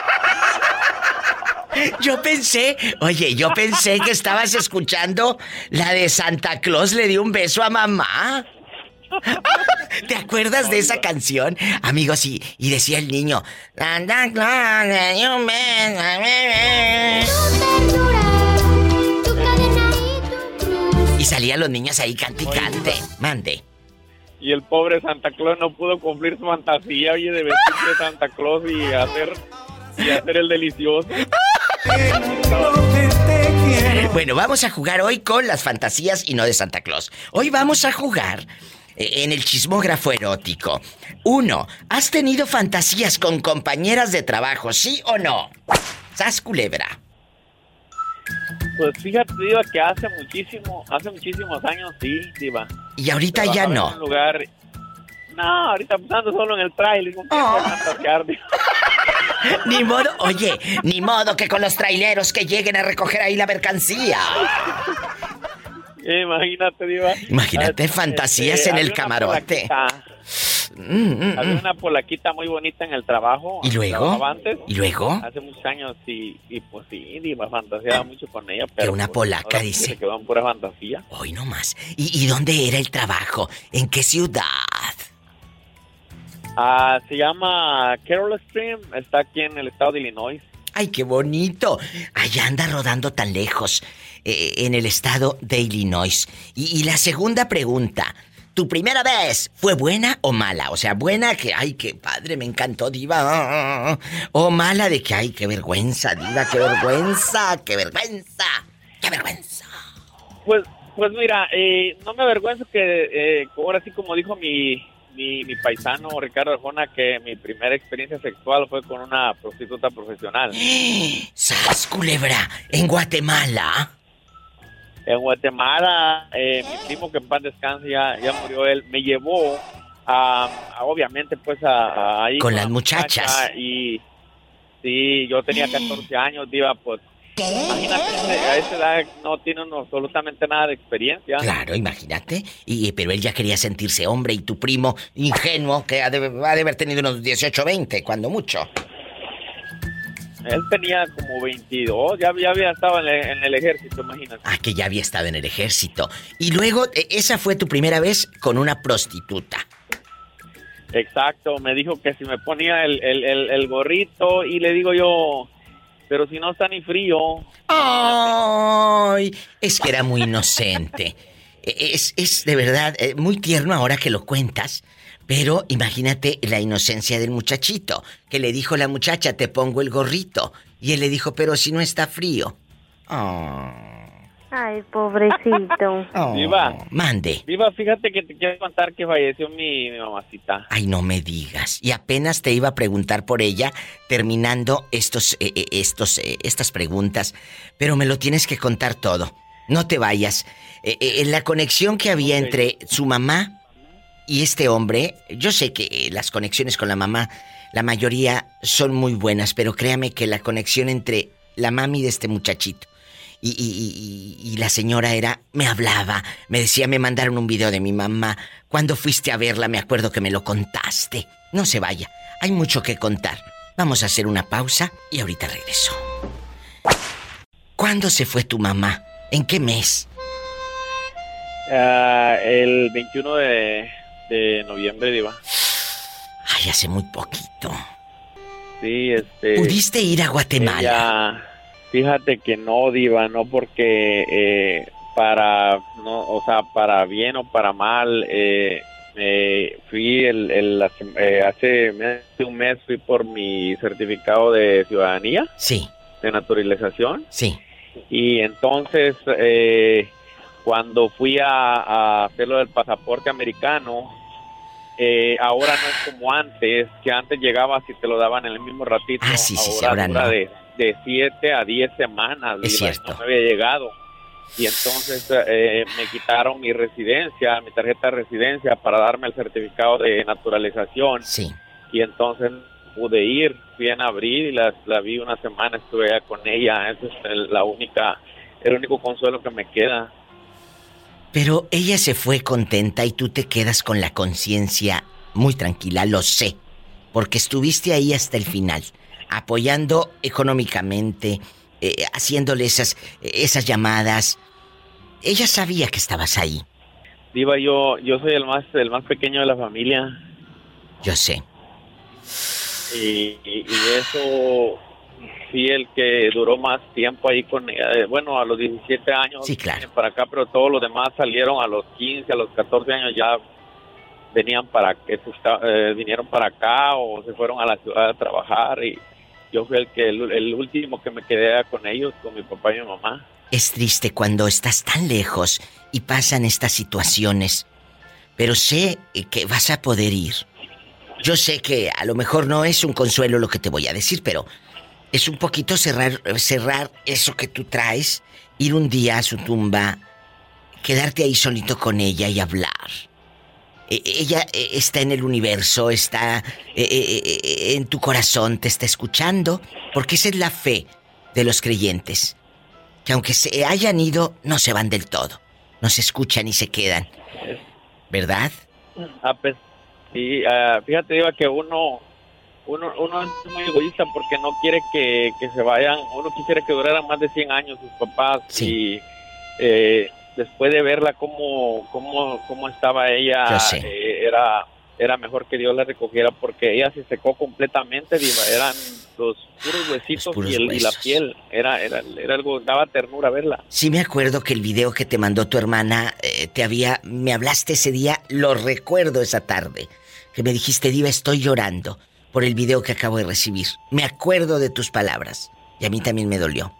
Yo pensé, oye, yo pensé que estabas escuchando la de Santa Claus le dio un beso a mamá. ¿Te acuerdas de esa canción? Amigos, y, y decía el niño, Santa Claus le dio un beso a bebé. Y salían los niños ahí cante y cante. Mande. Y el pobre Santa Claus no pudo cumplir su fantasía, oye, de vestirse de Santa Claus y hacer, y hacer el delicioso. Bueno, vamos a jugar hoy con las fantasías y no de Santa Claus. Hoy vamos a jugar en el chismógrafo erótico. Uno, ¿has tenido fantasías con compañeras de trabajo, sí o no? ¿Sas, culebra? Pues fíjate, Diva, que hace muchísimo, hace muchísimos años sí, Diva. Y ahorita ya Trabajaba no. En un lugar... No, ahorita ando solo en el trailer. ¿Con quién voy a fantasear, Diva? Ni modo, oye, ni modo que con los traileros que lleguen a recoger ahí la mercancía. Imagínate, Diva. Imagínate Este, fantasías este, en el había una camarote. flaquita. Mm, mm, Había una polaquita muy bonita en el trabajo. ¿Y luego? Antes, ¿Y luego? Hace muchos años y, y pues sí, diva, fantaseaba mucho con ella. Pero que una pues, polaca, dice. Se quedó en pura fantasía. Hoy no más. ¿Y, ¿Y dónde era el trabajo? ¿En qué ciudad? Ah, se llama Carroll Stream, está aquí en el estado de Illinois. ¡Ay, qué bonito! Allá anda rodando tan lejos, eh, en el estado de Illinois. Y, y la segunda pregunta, ¿tu primera vez fue buena o mala? O sea, buena que, ay, qué padre, me encantó, diva. O mala de que, ay, qué vergüenza, diva, qué vergüenza, qué vergüenza, qué vergüenza. Pues, pues mira, eh, no me avergüenzo que, eh, ahora sí como dijo mi... Mi, mi paisano Ricardo Arjona, que mi primera experiencia sexual fue con una prostituta profesional. ¡Sas, culebra! ¿En Guatemala? En Guatemala, eh, mi primo, que en paz descanse, ya, ya murió él, me llevó a, a obviamente, pues, a, a ahí con las muchachas. Muchacha, y sí, yo tenía catorce años, diva, pues, imagínate, a esa edad no tiene uno absolutamente nada de experiencia. Claro, imagínate. Y, pero él ya quería sentirse hombre y tu primo ingenuo, que ha de, ha de haber tenido unos dieciocho, veinte, cuando mucho. Él tenía como veintidós, ya, ya había estado en el, en el ejército, imagínate. Ah, que ya había estado en el ejército. Y luego, esa fue tu primera vez con una prostituta. Exacto, me dijo que si me ponía el, el, el, el gorrito y le digo yo... Pero si no está ni frío. ¡Ay! Es que era muy inocente. Es, es de verdad muy tierno ahora que lo cuentas. Pero imagínate la inocencia del muchachito. Que le dijo la muchacha, te pongo el gorrito. Y él le dijo, pero si no está frío. Oh. Ay, pobrecito. Oh. Viva. Mande. Viva, fíjate que te quiero contar que falleció mi, mi mamacita. Ay, no me digas. Y apenas te iba a preguntar por ella, terminando estos, eh, estos, eh, estas preguntas. Pero me lo tienes que contar todo. No te vayas. Eh, eh, la conexión que había okay. entre su mamá y este hombre, yo sé que las conexiones con la mamá, la mayoría son muy buenas, pero créame que la conexión entre la mami de este muchachito Y, y, y, y la señora era, me hablaba, me decía, me mandaron un video de mi mamá. Cuando fuiste a verla, me acuerdo que me lo contaste. No se vaya, hay mucho que contar. Vamos a hacer una pausa y ahorita regreso. ¿Cuándo se fue tu mamá? ¿En qué mes? Uh, el veintiuno de, de noviembre, diva. Ay, hace muy poquito. Sí, este... ¿Pudiste ir a Guatemala? Ella... Fíjate que no, diva, no porque eh, para, no, o sea, para bien o para mal, eh, eh, fui el, el eh, hace un mes fui por mi certificado de ciudadanía. Sí. De naturalización. Sí. Y entonces, eh, cuando fui a, a hacer lo del pasaporte americano, eh, ahora no es como antes, que antes llegabas y te lo daban en el mismo ratito. Ah, sí, sí, ahora, sí, ahora dura no. de, de siete a diez semanas. Es diva, cierto. No me había llegado. Y entonces eh, me quitaron mi residencia, mi tarjeta de residencia para darme el certificado de naturalización. Sí. Y entonces pude ir, fui en abril y la, la vi una semana, estuve allá con ella. Esa es el, la única, el único consuelo que me queda. Pero ella se fue contenta y tú te quedas con la conciencia muy tranquila, lo sé. Porque estuviste ahí hasta el final, apoyando económicamente, eh, haciéndole esas, esas llamadas. Ella sabía que estabas ahí. Diva, yo, yo soy el más, el más pequeño de la familia. Yo sé. Y, y, y eso, sí, el que duró más tiempo ahí con ella, bueno, a los diecisiete años. Sí, claro. Para acá, pero todos los demás salieron a los quince, a los catorce años ya venían para, eh, vinieron para acá o se fueron a la ciudad a trabajar y yo fui el que el, el último que me quedé con ellos, con mi papá y mi mamá. Es triste cuando estás tan lejos y pasan estas situaciones, pero sé que vas a poder ir. Yo sé que a lo mejor no es un consuelo lo que te voy a decir, pero es un poquito cerrar, cerrar eso que tú traes, ir un día a su tumba, quedarte ahí solito con ella y hablar. Ella está en el universo, está en tu corazón, te está escuchando, porque esa es la fe de los creyentes. Que aunque se hayan ido, no se van del todo. Nos escuchan y se quedan. ¿Verdad? A, pe- Sí, uh, fíjate, Diva, que uno, uno, uno es muy egoísta porque no quiere que, que se vayan. Uno quisiera que duraran más de cien años sus papás. Sí. Y eh, después de verla cómo, cómo, cómo estaba ella, eh, era, era mejor que Dios la recogiera porque ella se secó completamente, Diva. Eran los puros huesitos Los puros y, el, y la huesos. piel. Era, era, era algo, daba ternura verla. Sí me acuerdo que el video que te mandó tu hermana, eh, te había... Me hablaste ese día, lo recuerdo esa tarde. Que me dijiste, Diva, estoy llorando por el video que acabo de recibir. Me acuerdo de tus palabras. Y a mí también me dolió.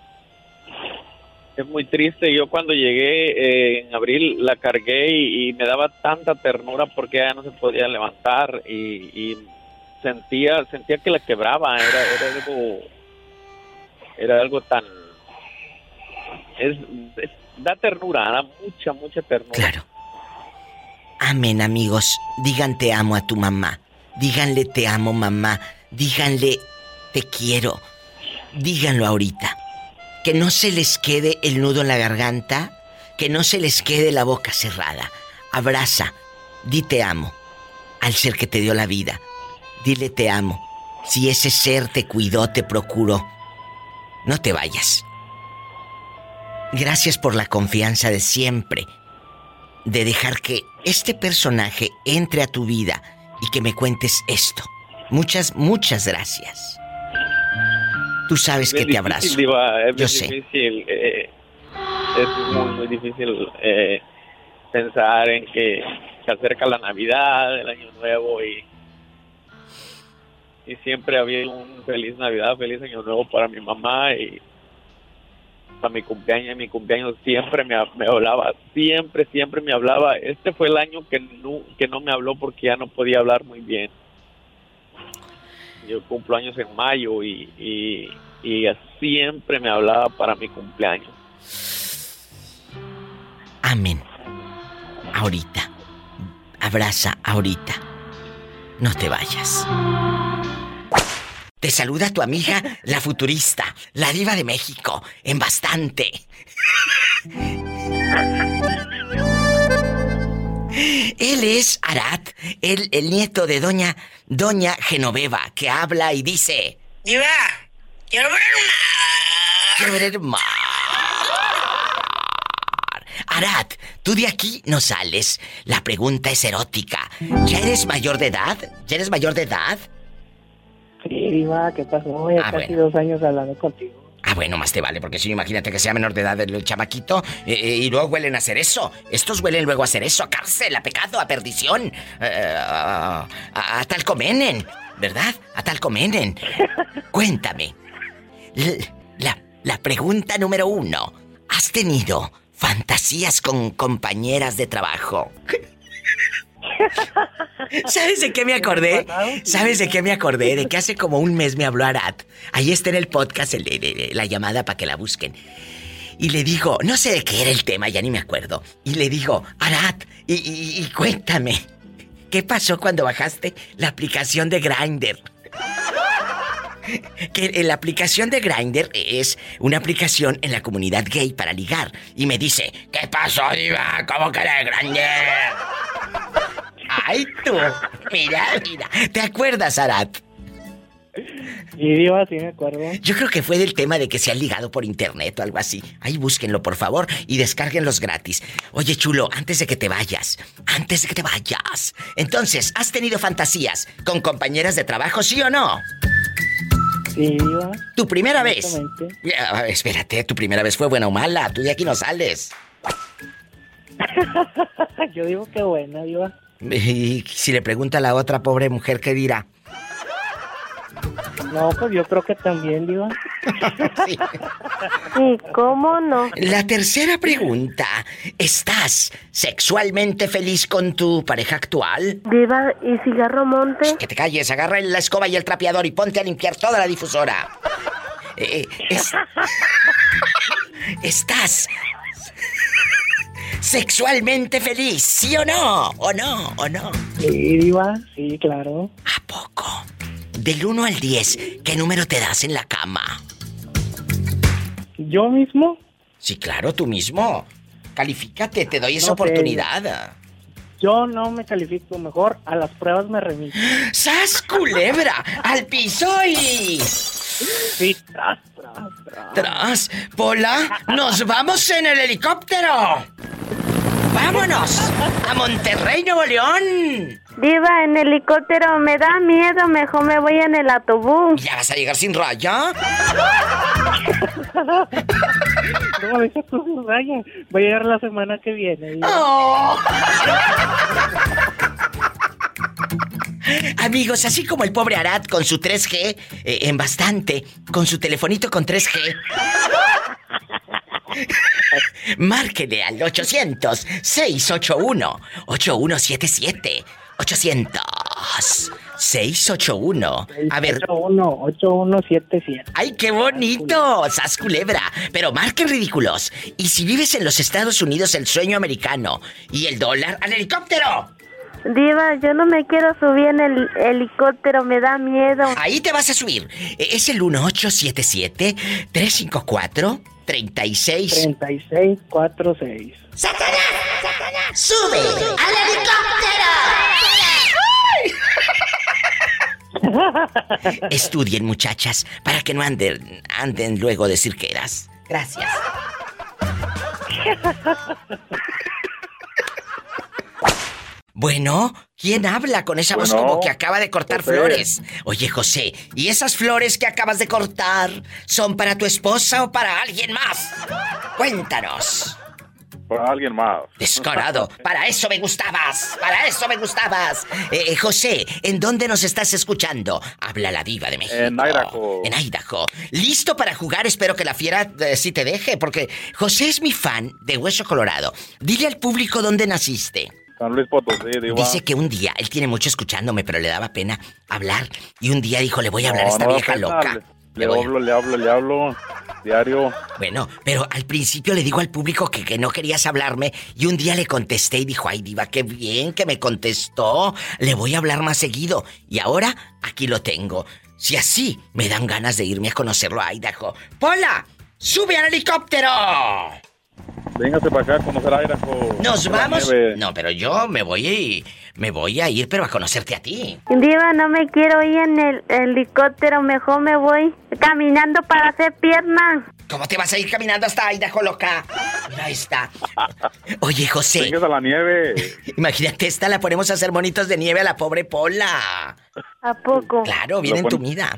Es muy triste. Yo cuando llegué eh, en abril la cargué y, y me daba tanta ternura porque ella no se podía levantar y, y sentía sentía que la quebraba. Era, era algo era algo tan es, es- da ternura, da mucha mucha ternura. Claro. Amén, amigos. Digan te amo a tu mamá. Díganle te amo, mamá. Díganle te quiero. Díganlo ahorita. Que no se les quede el nudo en la garganta. Que no se les quede la boca cerrada. Abraza. Di te amo al ser que te dio la vida. Dile te amo. Si ese ser te cuidó, te procuró. No te vayas. Gracias por la confianza de siempre. De dejar que este personaje entre a tu vida y que me cuentes esto. Muchas, muchas gracias. Tú sabes que Es te difícil, abrazo. Diva, es Yo muy sé. difícil, eh, es muy, muy difícil eh, pensar en que se acerca la Navidad, el Año Nuevo y, y siempre había un feliz Navidad, feliz Año Nuevo para mi mamá y para mi cumpleaños. Mi cumpleaños siempre me, me hablaba, siempre, siempre me hablaba. Este fue el año que no, que no me habló porque ya no podía hablar muy bien. Yo cumplo años en mayo y, y, y siempre me hablaba para mi cumpleaños. Amén. Ahorita. Abraza ahorita. No te vayas. Te saluda tu amiga, la futurista, la diva de México, en bastante. Él es Arat, el, el nieto de doña, doña Genoveva, que habla y dice... Diva, quiero ver el mar. Quiero ver el mar. Arat, tú de aquí no sales. La pregunta es erótica. ¿Ya eres mayor de edad? ¿Ya eres mayor de edad? Sí, Diva, ¿qué pasó? Ya Ah, casi bueno. dos años hablando contigo. Ah, bueno, más te vale, porque si no, imagínate que sea menor de edad el, el chamaquito eh, eh, y luego huelen a hacer eso. Estos huelen luego a hacer eso, a cárcel, a pecado, a perdición, eh, a, a, a talcomenen, ¿verdad? A talcomenen. Cuéntame. L- La, la pregunta número uno. ¿Has tenido fantasías con compañeras de trabajo? ¿Sabes de qué me acordé? ¿Sabes de qué me acordé? De que hace como un mes me habló Arat. Ahí está en el podcast el, el- el- la llamada para que la busquen. Y le digo, no sé de qué era el tema, ya ni me acuerdo. Y le digo, Arat, y, y- y cuéntame, ¿qué pasó cuando bajaste la aplicación de Grindr? Que la aplicación de Grindr es una aplicación en la comunidad gay para ligar. Y me dice, ¿qué pasó, diva? ¿Cómo que la de Grindr? ¡Ay, tú! Mira, mira. ¿Te acuerdas, Arat? Sí, Diva, sí me acuerdo. Yo creo que fue del tema de que se han ligado por internet o algo así. Ahí búsquenlo, por favor, y descárguenlos gratis. Oye, chulo, antes de que te vayas, antes de que te vayas. Entonces, ¿has tenido fantasías con compañeras de trabajo, sí o no? Sí, Diva. ¿Tu primera vez? Exactamente. Ya, espérate, ¿tu primera vez fue buena o mala? Tú de aquí no sales. Yo digo que buena, Diva. Y si le pregunta a la otra pobre mujer, ¿qué dirá? No, pues yo creo que también, Diva. Sí. Sí, ¿cómo no? La tercera pregunta. ¿Estás sexualmente feliz con tu pareja actual? Diva, ¿y cigarro monte? Que te calles, agarra la escoba y el trapeador y ponte a limpiar toda la difusora. Eh, es- ¿Estás sexualmente feliz, sí o no? ¿O no? ¿O no? Sí, Diva, sí, claro. ¿A poco? Del uno al diez, ¿qué número te das en la cama? ¿Yo mismo? Sí, claro, tú mismo. Califícate, te doy esa No sé. oportunidad. yo no me califico, mejor a las pruebas me remito. ¡Sas, culebra! ¡Al piso y... Sí, tras, tras, tras. Tras, Pola, nos vamos en el helicóptero. ¡Vámonos! ¡A Monterrey, Nuevo León! Diva, en helicóptero me da miedo, mejor me voy en el autobús. ¿Ya vas a llegar sin raya? No, deja tú sin raya. Voy a llegar la semana que viene. Diva. Oh. Amigos, así como el pobre Arad con su tres G, eh, en bastante, con su telefonito con tres G. Márquele al ochocientos, seiscientos ochenta y uno, ochenta y uno setenta y siete. ochocientos, seiscientos ochenta y uno. A ver. ochenta y uno setenta y siete. ¡Ay, qué bonito! ¡Sas culebra! Pero marquen ridículos. Y si vives en los Estados Unidos, el sueño americano y el dólar, ¡al helicóptero! Diva, yo no me quiero subir en el helicóptero, me da miedo. Ahí te vas a subir. Es el uno ocho siete siete, tres cinco cuatro, tres seis... treinta y seis cuarenta y seis. ¡Satanás! ¡Satanás! ¡Sube al helicóptero! Estudien, muchachas, para que no anden, anden luego de cirqueras. Gracias. Bueno, ¿quién habla con esa voz Bueno, como que acaba de cortar José. flores? Oye, José, ¿y esas flores que acabas de cortar son para tu esposa o para alguien más? Cuéntanos. Para alguien más. Descarado, para eso me gustabas, para eso me gustabas. Eh, José, ¿en dónde nos estás escuchando? Habla la diva de México. En Idaho. En Idaho. ¿Listo para jugar? Espero que la fiera eh, sí te deje, porque José es mi fan de Hueso Colorado. Dile al público dónde naciste. San Luis Potosí, diva. Dice que un día, él tiene mucho escuchándome, pero le daba pena hablar. Y un día dijo, le voy a hablar No, a esta no da vieja pena, loca. Le, Le le voy a- hablo, le hablo, le hablo. Diario. Bueno, pero al principio le digo al público que, que no querías hablarme y un día le contesté y dijo, ay, diva, qué bien que me contestó. Le voy a hablar más seguido. Y ahora, aquí lo tengo. Si así, me dan ganas de irme a conocerlo a Idaho. ¡Pola! ¡Sube al helicóptero! Véngase para acá a conocer a Idaho. Nos La vamos. nieve. No, pero yo me voy y me voy a ir, pero a conocerte a ti. Diva, no me quiero ir en el helicóptero, mejor me voy caminando para hacer pierna. ¿Cómo te vas a ir caminando hasta Idaho, loca? Mira esta. Oye, José. Véngase a la nieve. Imagínate, esta la ponemos a hacer monitos de nieve a la pobre Pola. ¿A poco? Claro, bien Lo pon- entumida.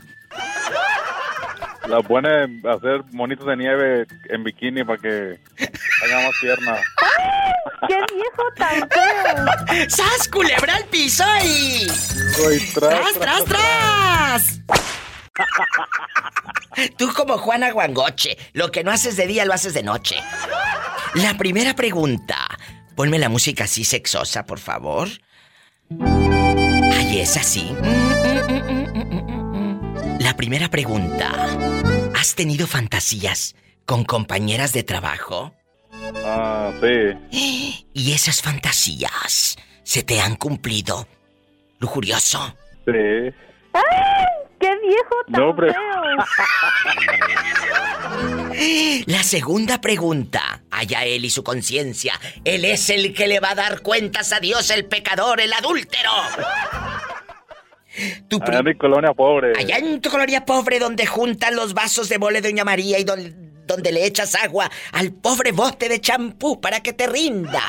La buena es hacer monitos de nieve en bikini para que haga más pierna. ¡Qué viejo tan feo! ¡Sas, culebra al piso y... Soy ¡Tras, tras, tras! Tú como Juana Guangoche, lo que no haces de día lo haces de noche. La primera pregunta. Ponme la música así sexosa, por favor. Ay, es así. La primera pregunta. ¿Has tenido fantasías con compañeras de trabajo? Ah, sí. ¿Y esas fantasías se te han cumplido? Lujurioso. Sí. ¡Ay! ¡Qué viejo tan No, pero- feo! La segunda pregunta. Allá él y su conciencia. Él es el que le va a dar cuentas a Dios, el pecador, el adúltero. Tu pri- Allá en mi colonia pobre. Allá en tu colonia pobre, donde juntan los vasos de mole de Doña María y don- donde le echas agua al pobre bote de champú para que te rinda.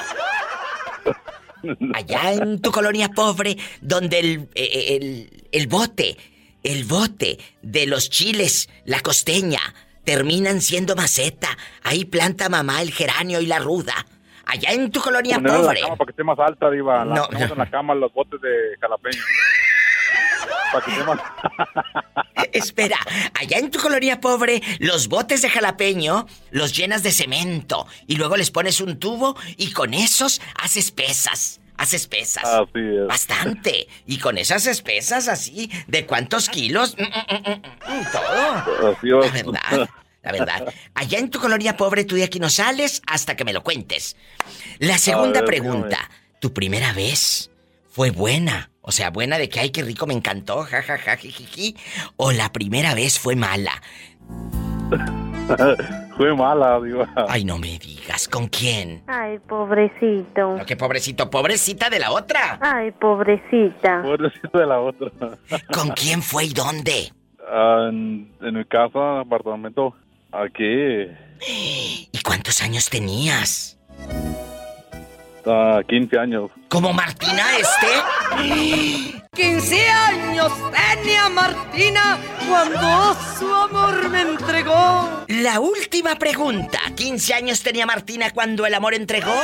Allá en tu colonia pobre, donde el, eh, el, el bote, el bote de los chiles, la costeña, terminan siendo maceta. Ahí planta mamá el geranio y la ruda. Allá en tu colonia Ponerla en pobre. la cama para que esté más alta, diva. La No. ponemos en la cama los botes de jalapeño. Para que esté más... Espera, allá en tu colonia pobre, los botes de jalapeño los llenas de cemento y luego les pones un tubo y con esos haces pesas. Haces pesas. Así es. Bastante. Y con esas espesas así, ¿de cuántos kilos? Mm, mm, mm, mm, mm, todo. Así es. La verdad, la verdad. Allá en tu colonia pobre, tú de aquí no sales hasta que me lo cuentes. La segunda ver, pregunta. ¿Tu primera vez fue buena? O sea, buena de que, ay, qué rico, me encantó, jajaja, ja, ja, jijiji. ¿O la primera vez fue mala? fue mala, digo. Ay, no me digas, ¿con quién? Ay, pobrecito. No, qué pobrecito, pobrecita de la otra. Ay, pobrecita. Pobrecito de la otra. ¿Con quién fue y dónde? Ah, en, en mi casa, apartamento, aquí. ¿Y cuántos años tenías? Uh, quince años. ¿Como Martina este? quince años tenía Martina cuando su amor me entregó. La última pregunta. ¿quince años tenía Martina cuando el amor entregó?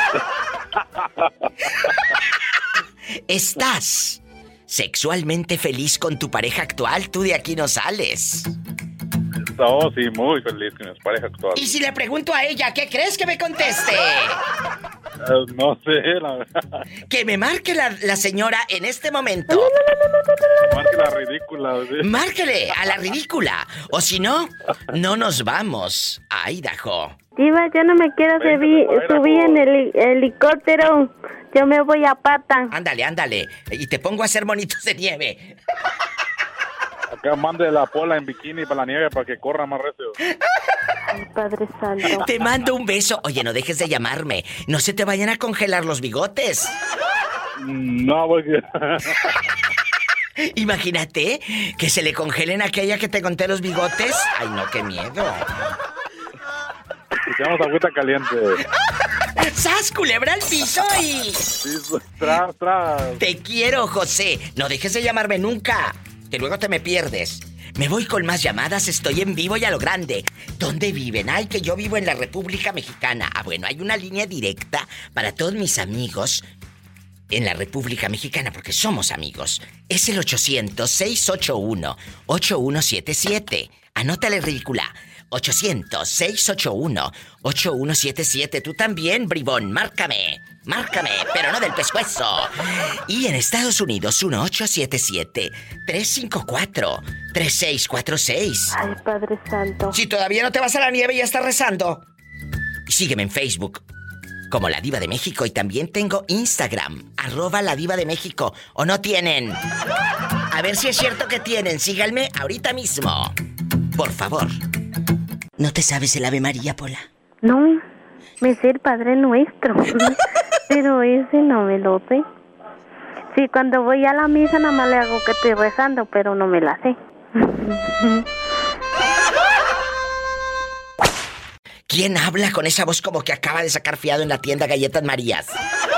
¿Estás sexualmente feliz con tu pareja actual? Tú de aquí no sales. Oh, sí, muy feliz con mi pareja actual. Y si le pregunto a ella, ¿qué crees que me conteste? Uh, no sé, la verdad. Que me marque la, la señora en este momento. Marque la ridícula. ¿Sí? Márquele a la ridícula. O si no, no nos vamos a Idaho. Diva, yo no me quiero subir, subir en el helicóptero. Yo me voy a pata. Ándale, ándale. Y te pongo a hacer monitos de nieve. Acá mande la Pola en bikini para la nieve para que corra más recio. Ay, Padre Santo. Te mando un beso. Oye, no dejes de llamarme. No se te vayan a congelar los bigotes. No, porque... Imagínate que se le congelen a aquella que te conté los bigotes. Ay, no, qué miedo. Echamos agüita caliente. ¡Sas, culebra al piso y... Sí, tras, tras. Te quiero, José. No dejes de llamarme nunca, que luego te me pierdes. Me voy con más llamadas, estoy en vivo y a lo grande. ¿Dónde viven? Ay, que yo vivo en la República Mexicana. Ah, bueno, hay una línea directa para todos mis amigos en la República Mexicana, porque somos amigos. Es el ochocientos, seiscientos ochenta y uno, ochenta y uno setenta y siete. Anótale, ridícula. ochocientos, seiscientos ochenta y uno, ochenta y uno setenta y siete. Tú también, bribón, márcame. Márcame, pero no del pescuezo. Y en Estados Unidos, uno ocho siete siete, tres cinco cuatro, tres seis cuatro seis. Ay, Padre Santo. Si todavía no te vas a la nieve y ya estás rezando. Y sígueme en Facebook como La Diva de México. Y también tengo Instagram, arroba La Diva de México. ¿O no tienen? A ver si es cierto que tienen. Síganme ahorita mismo, por favor. ¿No te sabes el Ave María, Pola? No, me sé el Padre Nuestro. Pero ese no me lo sé. Sí, cuando voy a la misa nada más le hago que estoy rezando, pero no me la sé. ¿Quién habla con esa voz como que acaba de sacar fiado en la tienda Galletas Marías?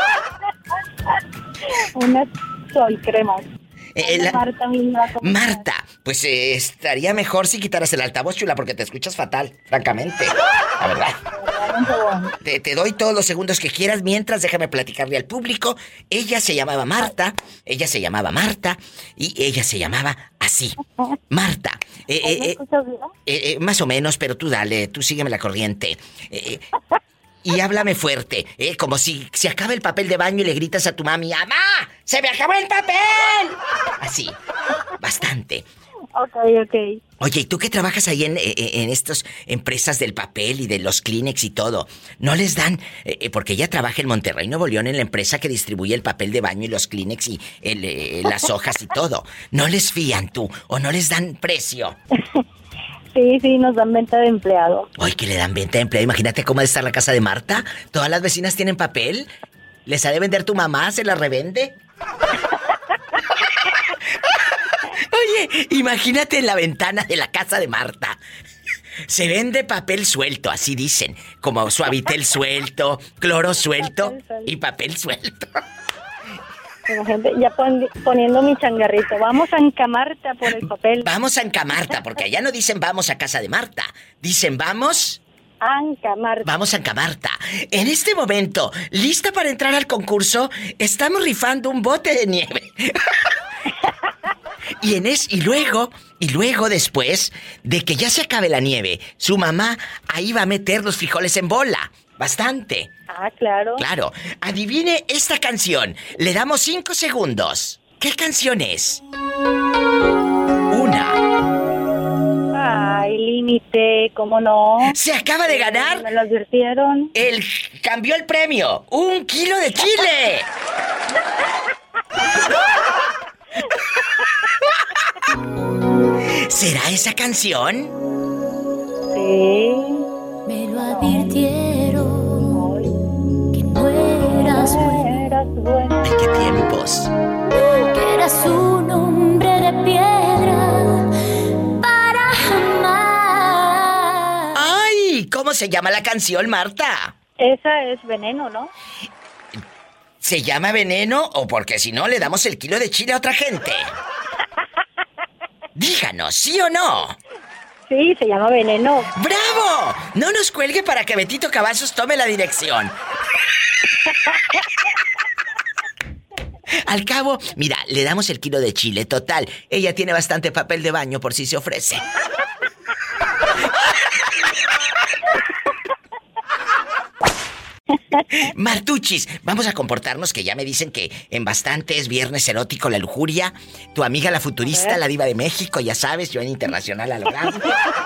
Una soy crema. Eh, la... Marta, misma, Marta, pues eh, estaría mejor si quitaras el altavoz, chula, porque te escuchas fatal, francamente. La verdad. Te, te doy todos los segundos que quieras mientras déjame platicarle al público. Ella se llamaba Marta, ella se llamaba Marta y ella se llamaba así, Marta. Eh, eh, eh, eh, eh, más o menos, pero tú dale, tú sígueme la corriente. Eh, y háblame fuerte, eh, como si se acaba el papel de baño y le gritas a tu mami, ¡Mamá! ¡Se me acabó el papel! Así, bastante. Ok, ok. Oye, ¿y tú que trabajas ahí en, en estas empresas del papel y de los Kleenex y todo? ¿No les dan...? Eh, porque ella trabaja en Monterrey, Nuevo León, en la empresa que distribuye el papel de baño y los Kleenex y el, eh, las hojas y todo. ¿No les fían tú o no les dan precio? Sí, sí, nos dan venta de empleado. Ay, que le dan venta de empleado. Imagínate cómo ha de estar la casa de Marta. Todas las vecinas tienen papel. ¿Les ha de vender tu mamá? ¿Se la revende? Oye, imagínate en la ventana de la casa de Marta. Se vende papel suelto, así dicen. Como Suavitel suelto, cloro suelto y papel suelto. Gente, ya pon, poniendo mi changarrito. Vamos a encamarte por el papel. Vamos a encamarta, porque allá no dicen vamos a casa de Marta. Dicen vamos... A encamarta. Vamos a encamarta. En este momento, ¿lista para entrar al concurso? Estamos rifando un bote de nieve. Y en es, y luego, y luego después de que ya se acabe la nieve, su mamá ahí va a meter los frijoles en bola. Bastante. Ah, claro. Claro. Adivine esta canción. Le damos cinco segundos. ¿Qué canción es? Una. Ay, límite, ¿cómo no? Se acaba de ganar. Me lo advirtieron. El cambió el premio. Un kilo de chile. ¿Será esa canción? Sí. cómo se llama la canción, Marta? Esa es Veneno, ¿no? ¿Se llama Veneno o porque si no le damos el kilo de chile a otra gente? Díganos, ¿sí o no? Sí, se llama Veneno. ¡Bravo! No nos cuelgue para que Betito Cavazos tome la dirección. Al cabo, mira, le damos el kilo de chile, total. Ella tiene bastante papel de baño por si se ofrece. Martuchis, vamos a comportarnos, que ya me dicen que en bastante es viernes erótico la lujuria. Tu amiga la futurista, la diva de México, ya sabes, yo en internacional a lo grande.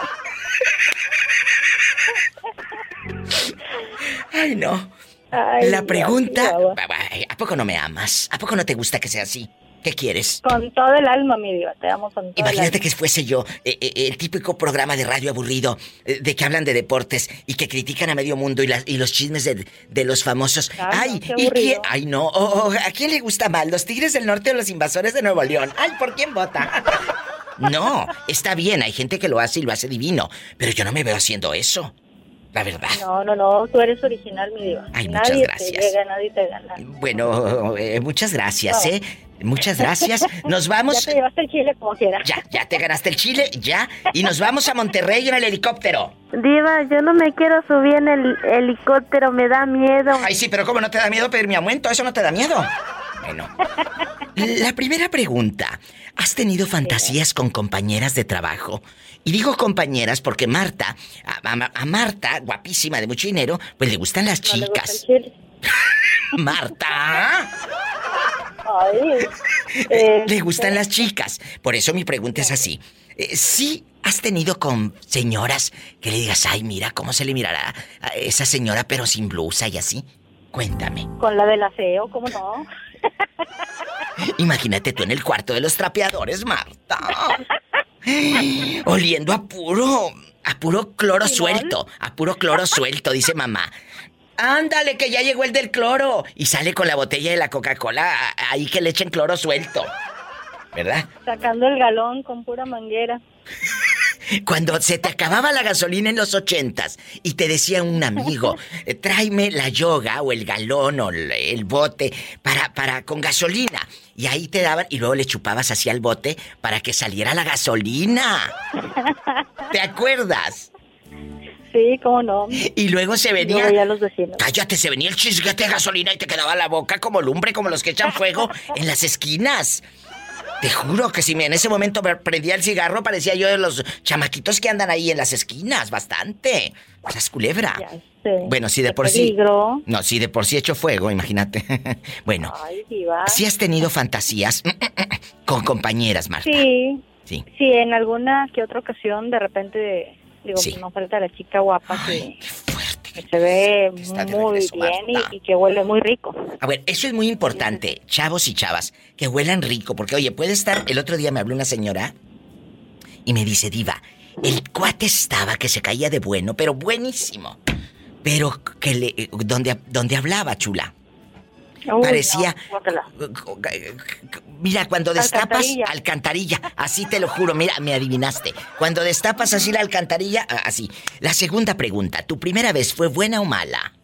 Ay, no. Ay, la pregunta, Dios, ¿a poco no me amas? ¿A poco no te gusta que sea así? ¿Qué quieres? Con todo el alma, mi diva, te amo con todo Imagínate el alma. que fuese yo, eh, eh, el típico programa de radio aburrido, eh, de que hablan de deportes y que critican a medio mundo y, las, y los chismes de, de los famosos. Ay, Ay, no, ¿y quién? aburrido. Ay, no, oh, oh, ¿a quién le gusta más? ¿Los Tigres del Norte o los Invasores de Nuevo León? Ay, ¿por quién vota? No, está bien, hay gente que lo hace y lo hace divino, pero yo no me veo haciendo eso. La verdad. No, no, no, tú eres original, mi diva. Ay, muchas nadie gracias. te llega, nadie te gana. Bueno, eh, muchas gracias, No. ¿eh? Muchas gracias. Nos vamos. Ya te llevaste el chile como quieras. Ya, ya te ganaste el chile, ya. Y nos vamos a Monterrey en el helicóptero. Diva, yo no me quiero subir en el helicóptero, me da miedo. Ay, sí, pero ¿cómo no te da miedo pedir mi aumento? ¿Eso no te da miedo? Bueno. La primera pregunta. ¿Has tenido fantasías con compañeras de trabajo? Y digo compañeras porque Marta, a, a- a Marta, guapísima de mucho dinero, pues le gustan las No le gusta chicas. el chile. Marta. Ay, eh, Le gustan las chicas. Por eso mi pregunta es así. Eh, ¿Sí has tenido con señoras que le digas, ay, mira, cómo se le mirará a esa señora pero sin blusa y así? Cuéntame. Con la del aseo, ¿cómo no? Imagínate tú en el cuarto de los trapeadores, Marta. Oliendo a puro, a puro cloro suelto. A puro cloro suelto, dice mamá. Ándale, que ya llegó el del cloro. Y sale con la botella de la Coca-Cola a- ahí que le echen cloro suelto. ¿Verdad? Sacando el galón con pura manguera. Cuando se te acababa la gasolina en los ochentas y te decía un amigo, eh, tráeme la yoga o el galón o el, el bote para, para con gasolina. Y ahí te daban y luego le chupabas así al bote para que saliera la gasolina. ¿Te acuerdas? Sí, cómo no. Y luego se venía... Yo veía a los vecinos. Cállate, se venía el chisguete de gasolina y te quedaba la boca como lumbre, como los que echan fuego en las esquinas. Te juro que si me en ese momento me prendía el cigarro, parecía yo de los chamaquitos que andan ahí en las esquinas, bastante. Las culebra. Ya sé. Bueno, si de Qué por sí... peligro. No, si de por sí hecho fuego, imagínate. Bueno, Ay, diva. si has tenido fantasías con compañeras, Marta. Sí. Sí. Sí, en alguna que otra ocasión, de repente, digo, Sí. pues no falta la chica guapa que, que se ve Está de muy regreso, bien Marta. y, y que huele muy rico. A ver, eso es muy importante, chavos y chavas, que huelan rico, porque oye, puede estar, el otro día me habló una señora y me dice, diva, el cuate estaba que se caía de bueno, pero buenísimo, pero que le, donde, donde hablaba, chula, Uy, parecía, no, guácala. mira, cuando destapas, Alcantarilla. alcantarilla, así te lo juro, mira, me adivinaste, cuando destapas así la alcantarilla, a- así. La segunda pregunta, ¿tu primera vez fue buena o mala?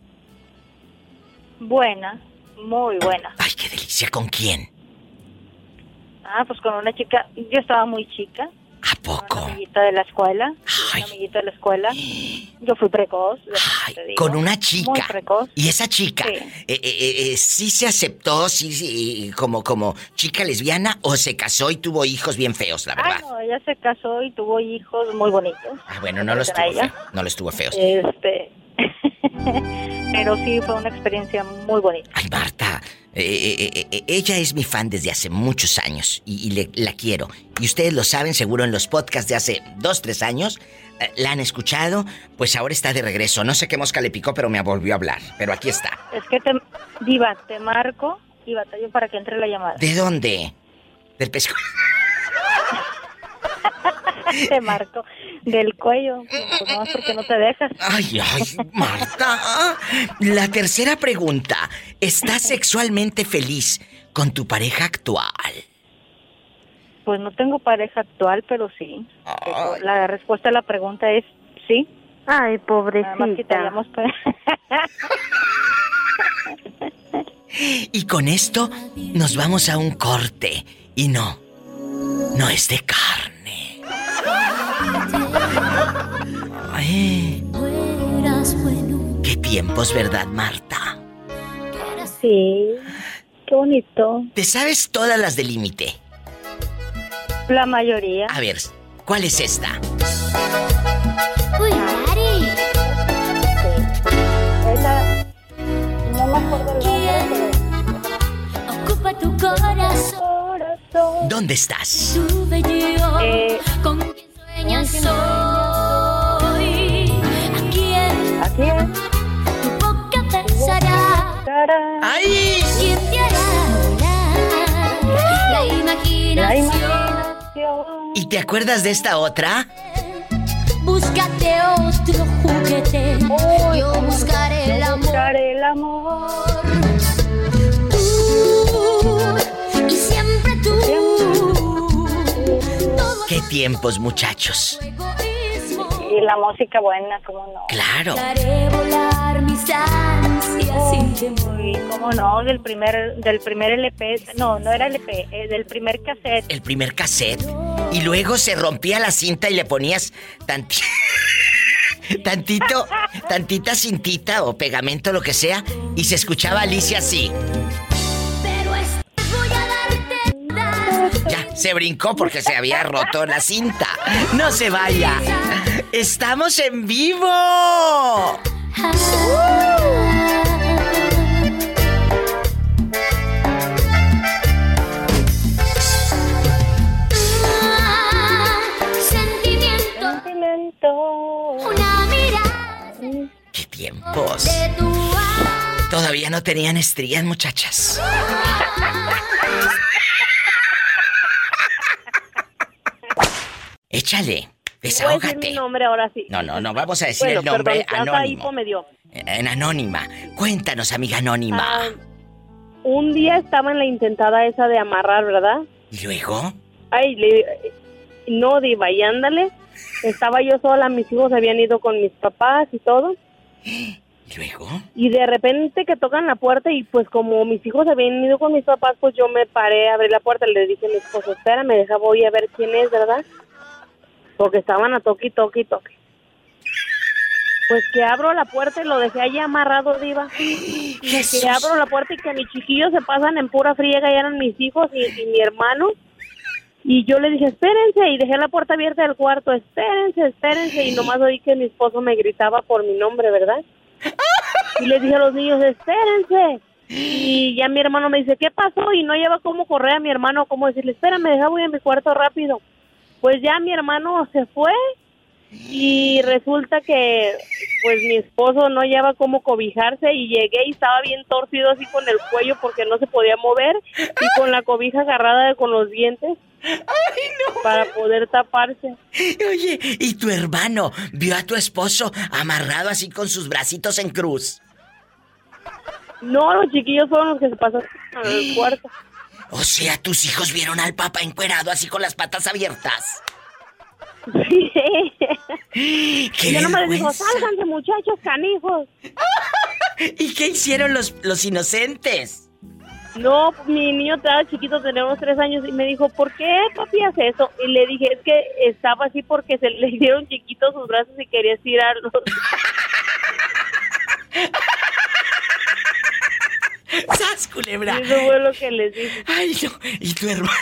Buena, muy buena. Ay, qué delicia, ¿con quién? Ah, pues con una chica, yo estaba muy chica. ¿A poco? Una amiguita de la escuela. Una amiguita de la escuela. Yo fui precoz. te digo. Con una Muy chica. precoz. Y esa chica, Sí. eh, eh, eh, eh, ¿sí se aceptó sí, sí, como, como chica lesbiana o se casó y tuvo hijos bien feos, la Ah, verdad? no, ella se casó y tuvo hijos muy bonitos. Ah, bueno, no los Era tuvo ella. feos. No los tuvo feos. Este. Pero sí fue una experiencia muy bonita. Ay, Marta, eh, eh, eh, eh, ella es mi fan desde hace muchos años y, y le- la quiero. Y ustedes lo saben seguro en los podcasts de hace dos, tres años. eh, la han escuchado, pues ahora está de regreso. No sé qué mosca le picó, pero me volvió a hablar. Pero aquí está. Es que te, Diva, te marco y batallo para que entre la llamada. ¿De dónde? Del pesco. Te marco del cuello. Pues no, porque no te dejas. Ay, ay, Marta. La tercera pregunta. ¿Estás sexualmente feliz con tu pareja actual? Pues no tengo pareja actual, pero sí. La respuesta a la pregunta es sí. Ay, pobrecita. Nada más quitaríamos para... Y con esto nos vamos a un corte. Y no, no es de carne. Ay, qué tiempos, ¿verdad, Marta? Sí, qué bonito. ¿Te sabes todas las del límite? La mayoría. A ver, ¿cuál es esta? Uy, Dari. Esa... No me acuerdo el nombre, pero... Ocupa tu corazón. ¿Dónde estás? Tuve yo eh, con quien sueñas hoy. ¿A quién? ¿A quién? Tu boca besará. ¡Ay! ¿Quién te hará volar? La imaginación. La imaginación. ¿Y te acuerdas de esta otra? Búscate otro juguete. Oh, yo buscaré el amor. Buscaré el amor. Tú y siempre tú. ¿Qué tiempos, muchachos? Y la música buena, ¿cómo no? Claro. Haré volar mis ansias sin temor. Y cómo no, del primer, del primer L P, no, no era L P, eh, del primer cassette. El primer cassette. Y luego se rompía la cinta y le ponías tanti... tantito, tantita cintita o pegamento, lo que sea, y se escuchaba Alicia así. Pero voy a darte. Ya, se brincó porque se había roto la cinta. ¡No se vaya! ¡Estamos en vivo! Una mirada. ¡Qué tiempos! Todavía no tenían estrías, muchachas. Échale, desahógate. Voy a decir mi nombre ahora sí. No, no, no, vamos a decir bueno, el nombre perdón, anónimo. Hasta ahí me dio. En anónima. Cuéntanos, amiga anónima. Ah, un día estaba en la intentada esa de amarrar, ¿verdad? ¿Y luego? Ay, le... no, diva, y ándale. Estaba yo sola, mis hijos habían ido con mis papás y todo. ¿Y luego? Y de repente que tocan la puerta y pues como mis hijos habían ido con mis papás, pues yo me paré a abrir la puerta y le dije a mi esposo, espérame, deja, voy a ver quién es, ¿verdad? Porque estaban a toque, toque, toque. Pues que abro la puerta y lo dejé ahí amarrado, diva. Y que abro la puerta y que mis chiquillos se pasan en pura friega, y eran mis hijos y, y mi hermano. Y yo le dije, espérense, y dejé la puerta abierta del cuarto, espérense, espérense, y nomás oí que mi esposo me gritaba por mi nombre, ¿verdad? Y le dije a los niños, espérense. Y ya mi hermano me dice, ¿qué pasó? Y no lleva cómo correr a mi hermano, cómo decirle, espérame, deja, voy a mi cuarto rápido. Pues ya mi hermano se fue, y resulta que pues mi esposo no lleva cómo cobijarse, y llegué y estaba bien torcido así con el cuello porque no se podía mover, y con la cobija agarrada con los dientes. ¡Ay, no! Para poder taparse. Oye, ¿y tu hermano vio a tu esposo amarrado así con sus bracitos en cruz? No, los chiquillos fueron los que se pasaron al cuarto. O sea, tus hijos vieron al papá encuerado así con las patas abiertas. Sí. ¡Qué Yo nomás les digo, vergüenza! sálganse, muchachos canijos. ¿Y qué hicieron los, los inocentes? No, mi niño estaba chiquito, tenía unos tres años, y me dijo, ¿por qué papi hace eso? Y le dije, es que estaba así porque se le hicieron chiquitos sus brazos y quería estirarlos. ¡Sas, culebra! Eso fue lo que les dije. Ay, no. ¿Y tu hermano?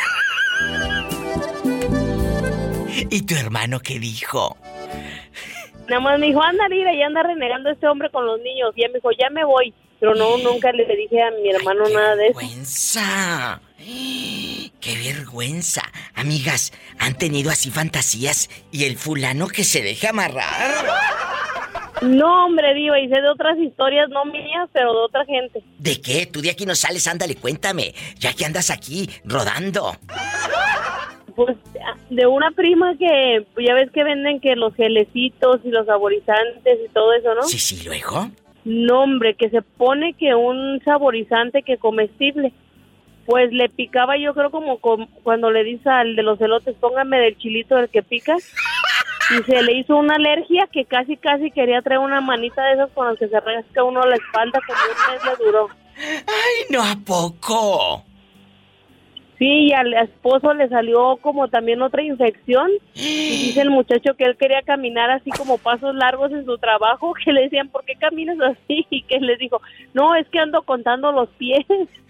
¿Y tu hermano qué dijo? Nada más me dijo, anda, mira, ya anda renegando este hombre con los niños. Y él me dijo, ya me voy. Pero no, nunca le dije a mi hermano Ay, nada de eso. ¡Vergüenza! ¡Qué vergüenza! Amigas, ¿han tenido así fantasías y el fulano que se deja amarrar? No, hombre, diva, y sé de otras historias, no mías, pero de otra gente. ¿De qué? Tú de aquí no sales, ándale, cuéntame. Ya que andas aquí, rodando. Pues, de una prima que, ya ves que venden que los gelecitos y los saborizantes y todo eso, ¿no? Sí, sí, ¿luego? No, hombre, que se pone que un saborizante que comestible. Pues le picaba, yo creo, como com- cuando le dices al de los elotes, póngame del chilito del que pica. y se le hizo una alergia que casi, casi quería traer una manita de esas con las que se rasca uno la espalda, como un mes le duró. ¡Ay, no, a poco! Sí, y al esposo le salió como también otra infección. Y dice el muchacho que él quería caminar así como pasos largos en su trabajo, que le decían, ¿por qué caminas así? Y que él les dijo, no, es que ando contando los pies.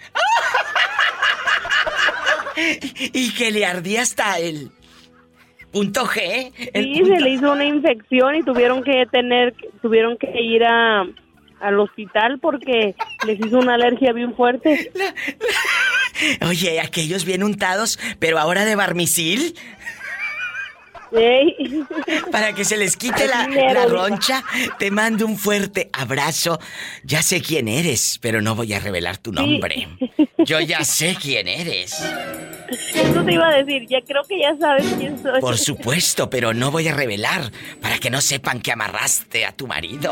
Y que le ardía hasta el punto G. El Sí, punto... se le hizo una infección y tuvieron que tener, tuvieron que ir a, al hospital porque les hizo una alergia bien fuerte. La, la... Oye, aquellos bien untados, pero ahora de barmisil. Sí. Para que se les quite la, la roncha, te mando un fuerte abrazo. Ya sé quién eres, pero no voy a revelar tu nombre. Sí. Yo ya sé quién eres. Eso te iba a decir, ya creo que ya sabes quién soy. Por supuesto, pero no voy a revelar para que no sepan que amarraste a tu marido.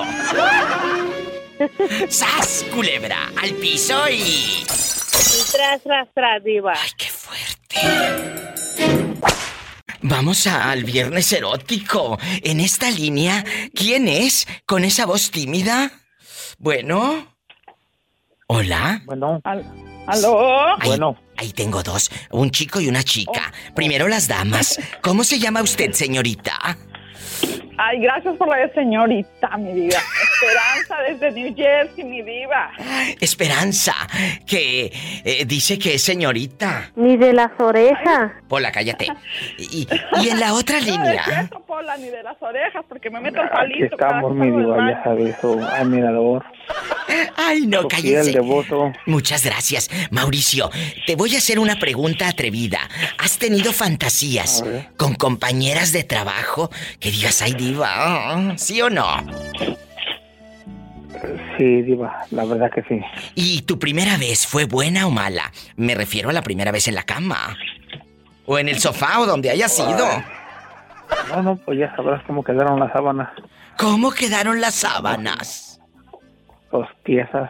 ¡Sas, culebra! Al piso y... y tras, tras, tras, diva. ¡Ay, qué fuerte! Vamos a, al viernes erótico. En esta línea, ¿quién es con esa voz tímida? Bueno. ¿Hola? Bueno. Al, ¿Aló? Ahí, bueno. Ahí tengo dos, un chico y una chica. Primero las damas. ¿Cómo se llama usted, señorita? Ay, gracias por la señorita, mi diva. Esperanza desde New Jersey, mi diva. Esperanza, que eh, dice que es señorita. Ni de las orejas. Pola, cállate. Y, y en la otra línea... No es eso, Pola, ni de las orejas, porque me meto el palito. Aquí estamos, mi diva, ya sabes, oh, admirador. Ay, no, Sofía, cállese. el devoto. Muchas gracias. Mauricio, te voy a hacer una pregunta atrevida. ¿Has tenido fantasías con compañeras de trabajo que digas, ay, diva, ¿sí o no? Sí, diva, la verdad que sí. ¿Y tu primera vez fue buena o mala? Me refiero a la primera vez en la cama. O en el sofá o donde haya sido. No, no, pues ya sabrás cómo quedaron las sábanas. ¿Cómo quedaron las sábanas? Dos piezas.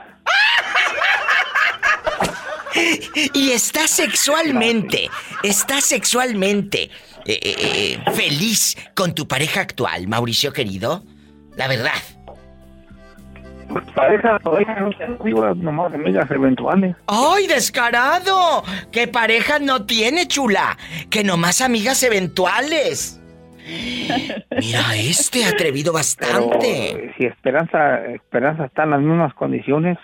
Y está sexualmente, está sexualmente eh, eh, feliz con tu pareja actual, Mauricio querido. La verdad. Pues pareja, pareja, no sé, diva, nomás amigas eventuales. ¡Ay, descarado! ¿Qué pareja no tiene, chula? Que nomás amigas eventuales. Mira, este atrevido bastante. Pero, si Esperanza, Esperanza está en las mismas condiciones.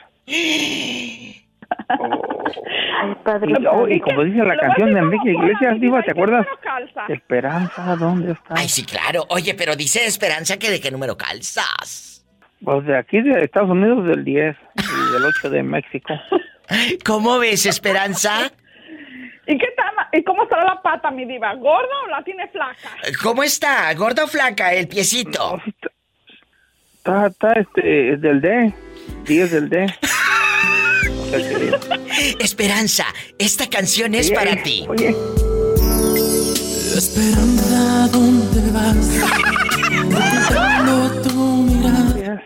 Ay, padre. Y, oh, y como dice la canción de Enrique Iglesias, diva, ¿te acuerdas? Esperanza, ¿dónde está? Ay, sí, claro. Oye, pero dice Esperanza que de qué número calzas. Pues de aquí de Estados Unidos del diez y del ocho de México. ¿Cómo ves, Esperanza? ¿Y qué tal? ¿Y cómo está la pata, mi diva? ¿Gorda o la tiene flaca? ¿Cómo está? ¿Gorda o flaca el piecito? No, está, está, este, es del D. Sí, es del D. O sea que... Esperanza, esta canción es oye, para ti. Oye. Esperanza, ¿dónde vas? Ocultando tu mirada.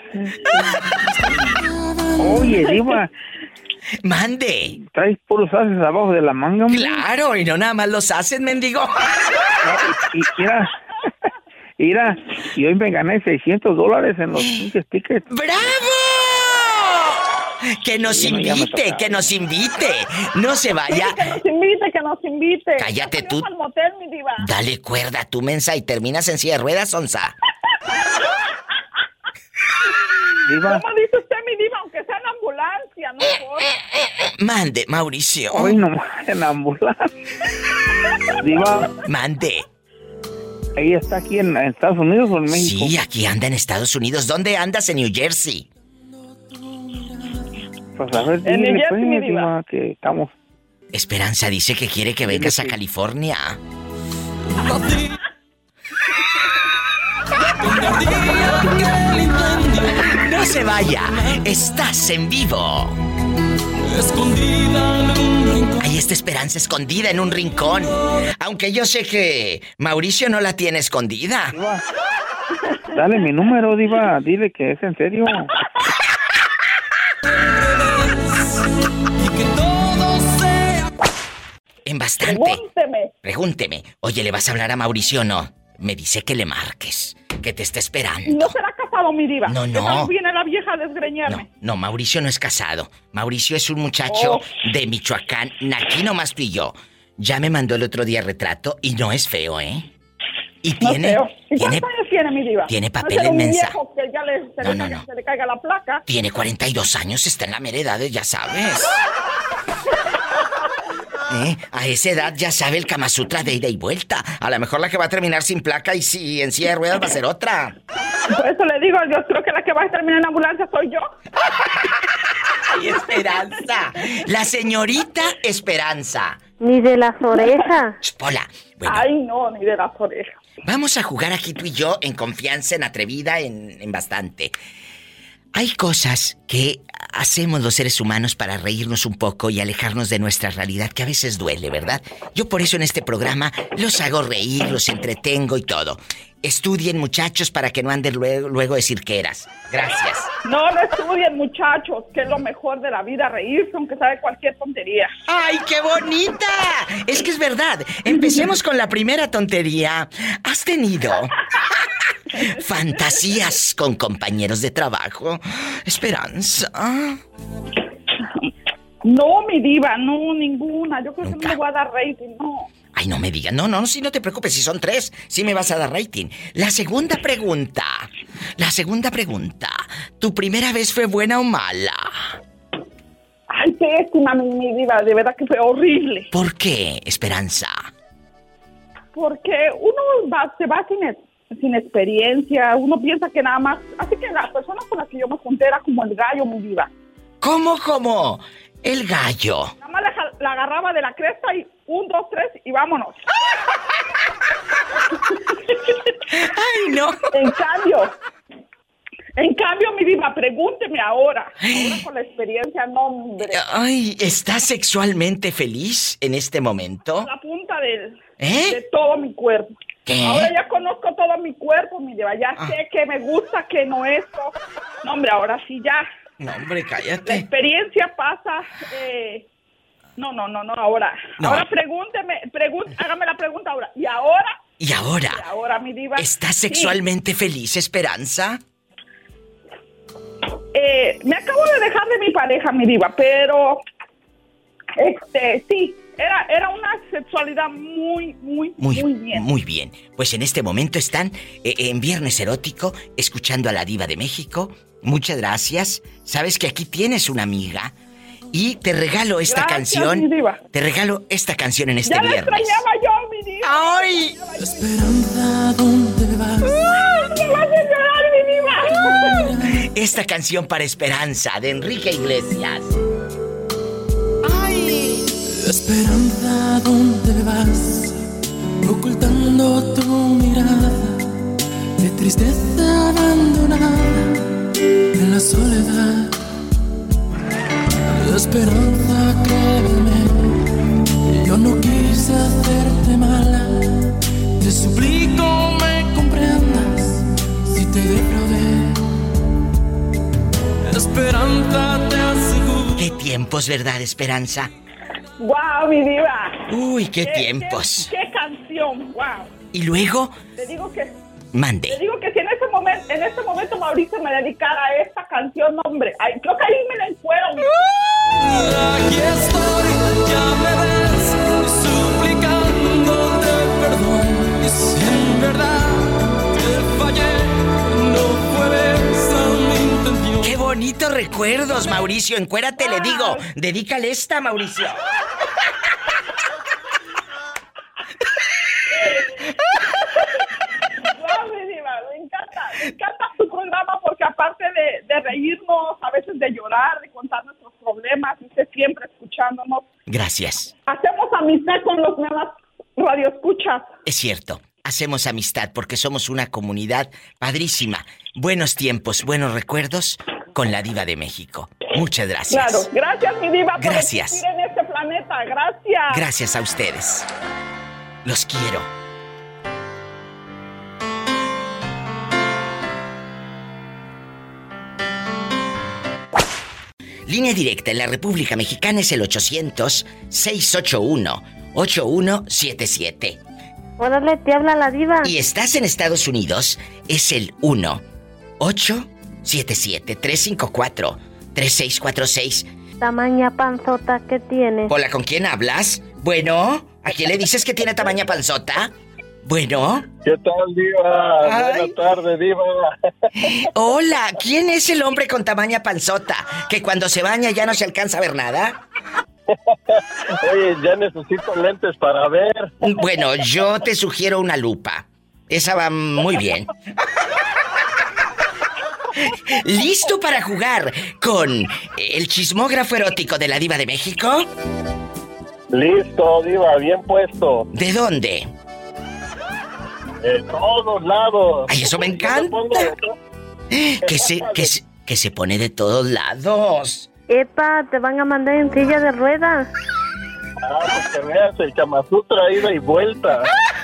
Oye, diva. Mande. ¿Traes puros haces abajo de la manga, hombre? Claro, y no nada más los hacen, mendigo. No, y, y mira, mira, y hoy me gané seiscientos dólares en los pinches tickets. ¡Bravo! Que nos Sí, invite, que nos invite. No se vaya. Sí, que nos invite, que nos invite. Cállate tú. Al motel, mi diva. Dale cuerda tú, mensa, y terminas en silla de ruedas, onza. Diva. ¿Cómo dice usted, mi diva? Aunque sea en ambulancia, no importa. Mande, Mauricio. Hoy no, en ambulancia. Diva. Mande. ¿Ella está aquí en, en Estados Unidos o en México? Sí, aquí anda en Estados Unidos. ¿Dónde andas? En New Jersey. Pues a ver, En dile, New Jersey, pues, mi diva, diva. que estamos. Esperanza dice que quiere que vengas a California. No se vaya, estás en vivo. Escondida en un rincón. Ahí está Esperanza escondida en un rincón. Aunque yo sé que Mauricio no la tiene escondida. Diva, dale mi número, diva. Dile que es en serio. Y que todo sea... En bastante. Pregúnteme. Pregúnteme. Oye, ¿le vas a hablar a Mauricio o no? me dice que le marques, que te está esperando. ¿No será casado, mi diva? No, Que no. tal viene la vieja a desgreñarme. No, Mauricio no es casado. Mauricio es un muchacho Oh. de Michoacán, aquí nomás tú y yo. Ya me mandó el otro día retrato y no es feo, ¿eh? Y No tiene... creo. ¿Y tiene cuántos años tiene, mi diva? tiene No papel será un inmensa. viejo que ya le, se, No, le no, caiga, no. se le caiga la placa. Tiene cuarenta y dos años, está en la mera edad, ya sabes. ¿Eh? A esa edad ya sabe el Kama Sutra de ida y vuelta. A lo mejor la que va a terminar sin placa y si en silla de ruedas va a ser otra. Por eso le digo, yo creo que la que va a terminar en ambulancia soy yo. ¡Ay, Esperanza! La señorita Esperanza. Ni de las orejas. Pola, Ay, no, ni de las orejas. vamos a jugar aquí tú y yo en confianza, en atrevida, en, en bastante. Hay cosas que hacemos los seres humanos para reírnos un poco y alejarnos de nuestra realidad, que a veces duele, ¿verdad? Yo por eso en este programa los hago reír, los entretengo y todo. Estudien, muchachos, para que no anden luego, luego de cirqueras. Gracias. No lo estudien, muchachos, que es lo mejor de la vida, reírse, aunque sabe cualquier tontería. ¡Ay, qué bonita! Es que es verdad. Empecemos con la primera tontería. ¿Has tenido fantasías con compañeros de trabajo? Esperanza. No, mi diva, no, ninguna. Yo creo que no me voy a dar rating, no. Ay, no me digas. No, no, sí, no te preocupes. Si son tres, sí me vas a dar rating. La segunda pregunta. La segunda pregunta. ¿Tu primera vez fue buena o mala? Ay, pésima, mi, mi diva. De verdad que fue horrible. ¿Por qué, Esperanza? Porque uno va, se va sin, es- sin experiencia. Uno piensa que nada más... Así que la persona con la que yo me junté era como el gallo, mi diva. ¿Cómo, cómo? El gallo. Nada más la, ja- la agarraba de la cresta y un, dos, tres y vámonos. ¡Ay, no! En cambio, en cambio, mi diva, pregúnteme ahora. Ahora con la experiencia, no, hombre. Ay, ¿estás sexualmente feliz en este momento? La punta del, ¿Eh? de todo mi cuerpo. ¿Qué? Ahora ya conozco todo mi cuerpo, mi diva. Ya Ah. sé que me gusta, que no esto. No, hombre, ahora sí ya. No, hombre, La cállate. experiencia pasa. Eh, no, no, no, no, ahora. No. Ahora pregúnteme, pregun- hágame la pregunta ahora. ¿Y ahora? ¿Y ahora? ¿Y ahora, mi diva? ¿Estás Sí. sexualmente feliz, Esperanza? Eh, me acabo de dejar de mi pareja, mi diva, pero este sí, era, era una sexualidad muy, muy, muy, Muy, bien. muy bien. Pues en este momento están eh, en Viernes Erótico, escuchando a la Diva de México. Muchas gracias. Sabes que aquí tienes una amiga y te regalo esta Gracias, canción. mi diva. Te regalo esta canción en este Ya la viernes. extrañaba yo, mi diva. ¡Ay! Esperanza, ¿dónde vas? ¡Ay, me vas a llorar, mi diva! Esta canción para Esperanza de Enrique Iglesias. ¡Ay! Esperanza, ¿dónde vas? Ocultando tu mirada de tristeza abandonada en la soledad. Esperanza, créeme, yo no quise hacerte mala. Te suplico me comprendas si te defraudé. Esperanza, te aseguro. Qué tiempos, ¿verdad, Esperanza? ¡Guau, mi diva! Uy, qué tiempos. ¡Qué, qué canción! ¡Guau! Y luego, Te digo que... mande. Te digo que si en este momento, en este momento Mauricio me dedicara a esta canción, hombre, ay, creo que ahí me la encuero. Aquí estoy, ya me ves, suplicándote perdón. Y si en verdad te fallé, no fue esa mi intención. ¡Qué bonitos recuerdos, Mauricio! Encuérate, le digo. Dedícale esta, Mauricio. No, mi diva, me encanta, me encanta tu programa porque aparte de, de reírnos, a veces de llorar, de contar nuestros problemas, y usted siempre escuchándonos, Gracias. hacemos amistad con los demás radioescuchas. Es cierto. Hacemos amistad porque somos una comunidad padrísima. Buenos tiempos, buenos recuerdos con la Diva de México. Muchas gracias. Claro, gracias mi diva por Gracias. existir en este planeta, gracias. Gracias a ustedes. Los quiero. Línea directa en la República Mexicana es el ochocientos, seiscientos ochenta y uno, ochenta y uno setenta y siete. Órale, te habla la diva. Y estás en Estados Unidos, es el uno ocho siete siete, tres cinco cuatro, tres seis cuatro seis. Tamaña panzota que tiene. Hola, ¿con quién hablas? Bueno, ¿a quién le dices que tiene tamaña panzota? Bueno. ¿Qué tal, diva? Ay. Buenas tardes, diva. Hola, ¿quién es el hombre con tamaña panzota? Que cuando se baña ya no se alcanza a ver nada. Oye, ya necesito lentes para ver. Bueno, yo te sugiero una lupa. Esa va muy bien. ¿Listo para jugar con el chismógrafo erótico de la Diva de México? Listo, diva, bien puesto. ¿De dónde? De todos lados. Ay, eso me encanta. Que se, que se, que se pone de todos lados. Epa, te van a mandar en silla de ruedas. Ah, pues que veas el Kama Sutra ida y vuelta.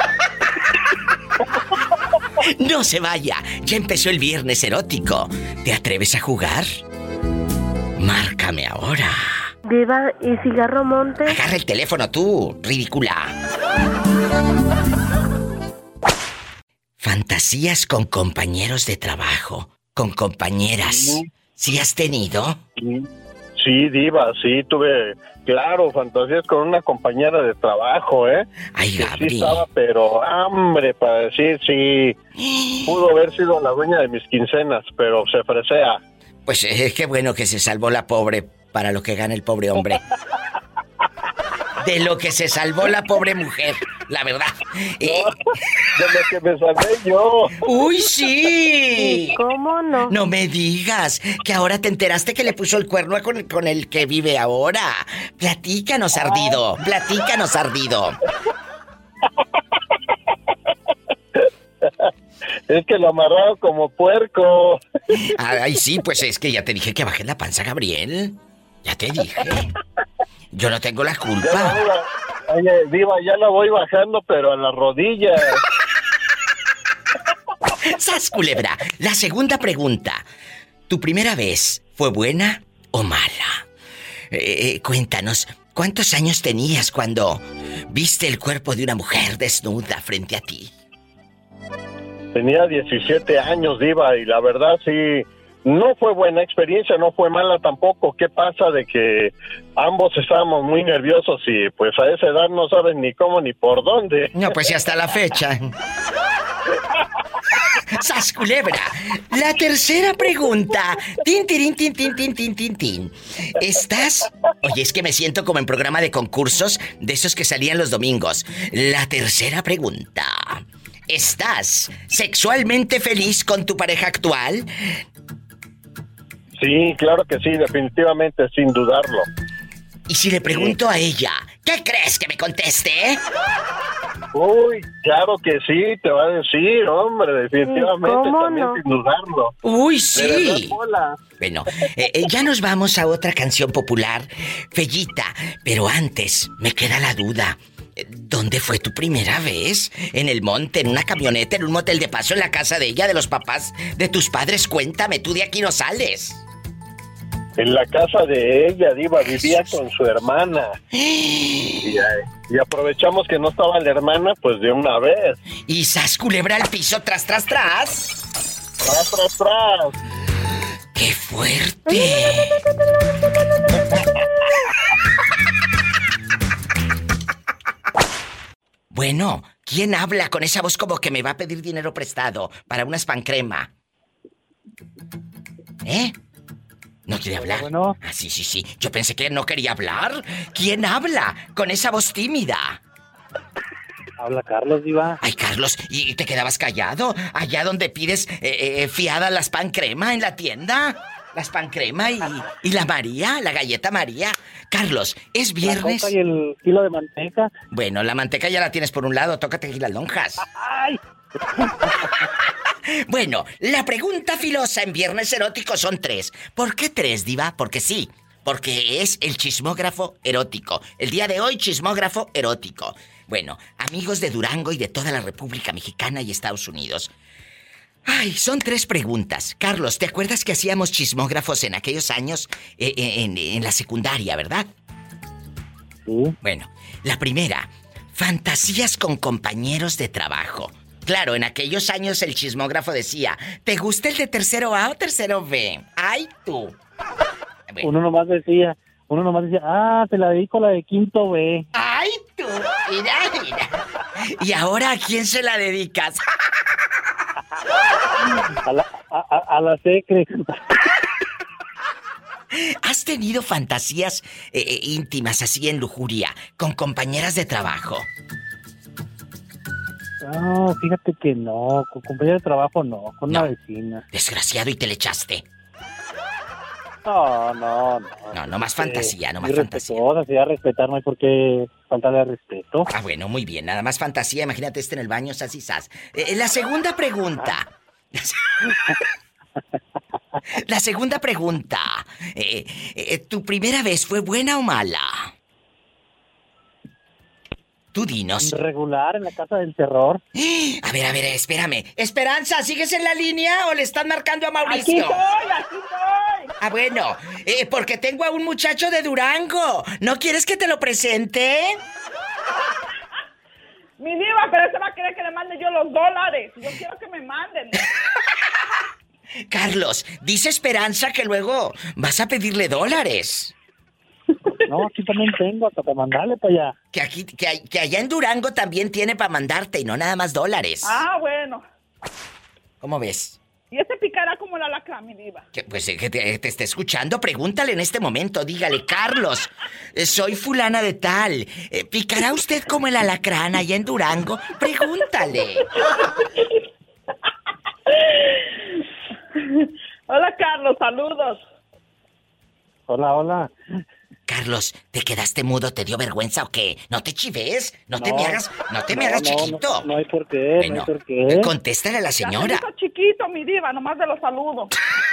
No se vaya, ya empezó el viernes erótico. ¿Te atreves a jugar? Márcame ahora. Diva, ¿y cigarro monte? Agarra el teléfono tú, ridícula. Fantasías con compañeros de trabajo, con compañeras. Sí. ¿Sí has tenido? Sí. Sí, diva, sí, tuve, claro, fantasías con una compañera de trabajo, ¿eh? Ay, Gabri. Sí estaba, pero hambre para decir, sí, pudo haber sido la dueña de mis quincenas, pero se fresea. Pues es eh, qué bueno que se salvó la pobre para lo que gana el pobre hombre. De lo que se salvó la pobre mujer, la verdad. Eh... De lo que me salvé yo. ¡Uy, sí! ¿Cómo no? No me digas que ahora te enteraste que le puso el cuerno con, con el que vive ahora. Platícanos, ardido. Platícanos, ardido. Es que lo amarraron como puerco. Ay, sí, pues es que ya te dije que bajé la panza, Gabriel. Ya te dije. Yo no tengo la culpa. Oye, diva, ya la voy bajando, pero a las rodillas. ¡Sas, culebra! La segunda pregunta. ¿Tu primera vez fue buena o mala? Eh, cuéntanos, ¿cuántos años tenías cuando viste el cuerpo de una mujer desnuda frente a ti? Tenía diecisiete años, diva, y la verdad sí... No fue buena experiencia, no fue mala tampoco. ¿Qué pasa de que ambos estábamos muy nerviosos y pues a esa edad no sabes ni cómo ni por dónde? No, pues y hasta la fecha. ¡Sas, culebra! La tercera pregunta. Tin, tirin, tin, tin, tin, tin, tin, tin. ¿Estás? Oye, es que me siento como en programa de concursos de esos que salían los domingos. La tercera pregunta. ¿Estás sexualmente feliz con tu pareja actual? Sí, claro que sí, definitivamente, sin dudarlo. Y si le pregunto a ella, ¿qué crees que me conteste? Uy, claro que sí, te va a decir, hombre, definitivamente, ¿Cómo también no? sin dudarlo. Uy, sí. Verdad, bueno, eh, eh, ya nos vamos a otra canción popular, Fellita, pero antes me queda la duda. ¿Dónde fue tu primera vez? ¿En el monte, en una camioneta, en un motel de paso, en la casa de ella, de los papás, de tus padres? Cuéntame, tú de aquí no sales. En la casa de ella, diva, vivía con su hermana. Y, y aprovechamos que no estaba la hermana, pues de una vez. Y sas, culebra al piso, tras, tras, tras. Tras, tras, tras. ¡Qué fuerte! Bueno, ¿quién habla con esa voz como que me va a pedir dinero prestado para una spancrema? ¿Eh? ¿No quiere hablar? Bueno. Ah, sí, sí, sí. Yo pensé que no quería hablar. ¿Quién habla con esa voz tímida? Habla Carlos, diva. Ay, Carlos, ¿y te quedabas callado? Allá donde pides eh, eh, fiada la spancrema en la tienda. La spancrema y, y la María, la galleta María. Carlos, es viernes. La coca y el kilo de manteca. Bueno, la manteca ya la tienes por un lado, tócate aquí las lonjas. ¡Ay! Bueno, la pregunta filosa en Viernes Erótico son tres. ¿Por qué tres, diva? Porque sí, porque es el chismógrafo erótico. El día de hoy, chismógrafo erótico. Bueno, amigos de Durango y de toda la República Mexicana y Estados Unidos. Ay, son tres preguntas. Carlos, ¿te acuerdas que hacíamos chismógrafos en aquellos años eh, en, en la secundaria, verdad? Sí. Bueno, la primera. fantasías con compañeros de trabajo. Claro, en aquellos años el chismógrafo decía, ¿te gusta el de tercero A o tercero B? ¡Ay, tú! Bueno. Uno nomás decía, uno nomás decía, ah, te la dedico a la de quinto B. ¡Ay, tú! Mira, mira. ¿Y ahora a quién se la dedicas? A la, a, a la secre. ¿Has tenido fantasías eh, íntimas así en lujuria con compañeras de trabajo? No, fíjate que no, con compañera de trabajo no, con no. Una vecina. Desgraciado, ¿y te le echaste? No, no, no. No, no más fantasía, no más muy fantasía. Si a respetar, no hay por qué faltarle respeto. Ah, bueno, muy bien, nada más fantasía, imagínate este en el baño, sas y sas. Eh, la segunda pregunta. La segunda pregunta. Eh, eh, ¿Tu primera vez fue buena o mala? Tú dinos. Regular, en la casa del terror. A ver, a ver, espérame. Esperanza, ¿sigues en la línea o le están marcando a Mauricio? Aquí estoy, aquí estoy. Ah, bueno, eh, porque tengo a un muchacho de Durango. ¿No quieres que te lo presente? Mi diva, pero ese va a querer que le mande yo los dólares. Yo quiero que me manden. Carlos, dice Esperanza que luego vas a pedirle dólares. No, aquí también tengo hasta para mandarle para allá. Que aquí, que, hay, que allá en Durango también tiene para mandarte y no nada más dólares. Ah, bueno. ¿Cómo ves? Y ese picará como el alacrán, mi diva. Que, pues que te, te esté escuchando, pregúntale en este momento, dígale, Carlos, eh, soy fulana de tal. Eh, ¿Picará usted como el alacrán allá en Durango? Pregúntale. Hola, Carlos, saludos. Hola, hola. Carlos, ¿te quedaste mudo? ¿Te dio vergüenza o qué? ¿No te chives? ¿No, no te me hagas, no te no, me hagas no, chiquito? No, no hay por qué, bueno, no hay por qué. Contéstale a la señora. Ya chiquito, mi diva, nomás de los saludos.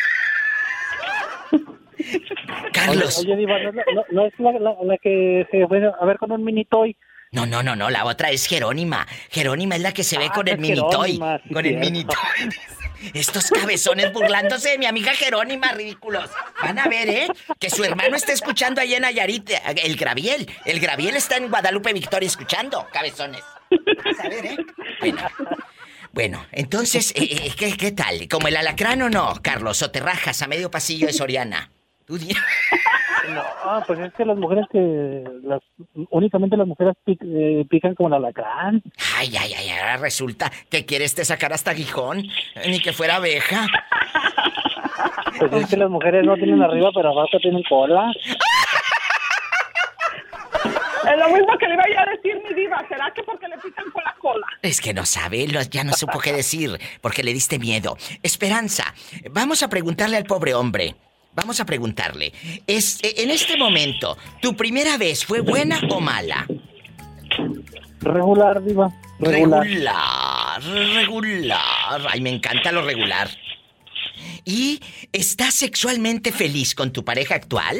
Carlos. Oye, oye diva, no, no, no es la, la, la que se fue a ver con un mini toy. No, no, no, no, la otra es Jerónima. Jerónima es la que se ve ah, con el mini toy. Sí, con el mini toy. Estos cabezones burlándose de mi amiga Jerónima, ridículos. Van a ver, ¿eh? Que su hermano está escuchando allá en Nayarit, el Graviel. El Graviel está en Guadalupe Victoria escuchando, cabezones. Vas a ver, ¿eh? Bueno, bueno entonces, eh, ¿qué, ¿qué tal? ¿Como el alacrán o no, Carlos? ¿O te rajas a medio pasillo de Soriana? ¿Tú dirás? No, pues es que las mujeres que... Las, únicamente las mujeres pic, eh, pican como el alacrán. Ay, ay, ay, ahora resulta que quieres te sacar hasta aguijón. Ni que fuera abeja. Pues es que las mujeres no tienen arriba, pero abajo tienen cola. Es lo mismo que le iba a decir mi diva. ¿Será que porque le pican con la cola? Es que no sabe, ya no supo qué decir, porque le diste miedo. Esperanza, vamos a preguntarle al pobre hombre. Vamos a preguntarle, es, en este momento, ¿tu primera vez fue buena o mala? Regular, diva. Regular. Regular, regular. Ay, me encanta lo regular. ¿Y estás sexualmente feliz con tu pareja actual?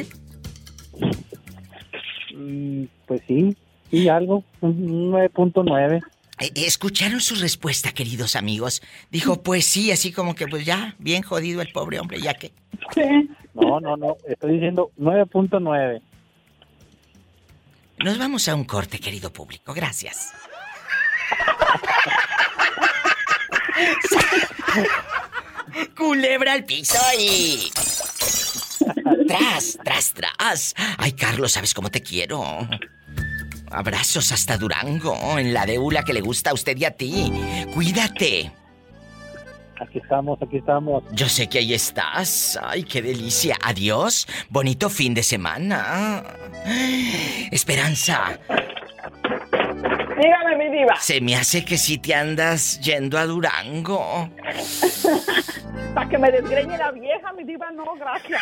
Mm, pues sí, sí, algo, un nueve punto nueve. ¿Escucharon su respuesta, queridos amigos? Dijo, pues sí, así como que pues ya, bien jodido el pobre hombre, ya que... Sí. No, no, no, estoy diciendo nueve punto nueve. Nos vamos a un corte, querido público, gracias. Culebra al piso y... Tras, tras, tras. Ay, Carlos, ¿sabes cómo te quiero? Abrazos hasta Durango, en la déula que le gusta a usted y a ti. Cuídate. Aquí estamos, aquí estamos. Yo sé que ahí estás. Ay, qué delicia. Adiós. Bonito fin de semana. Esperanza. Dígame, mi diva. Se me hace que sí te andas yendo a Durango. Para que me desgreñe la vieja, mi diva, no, gracias.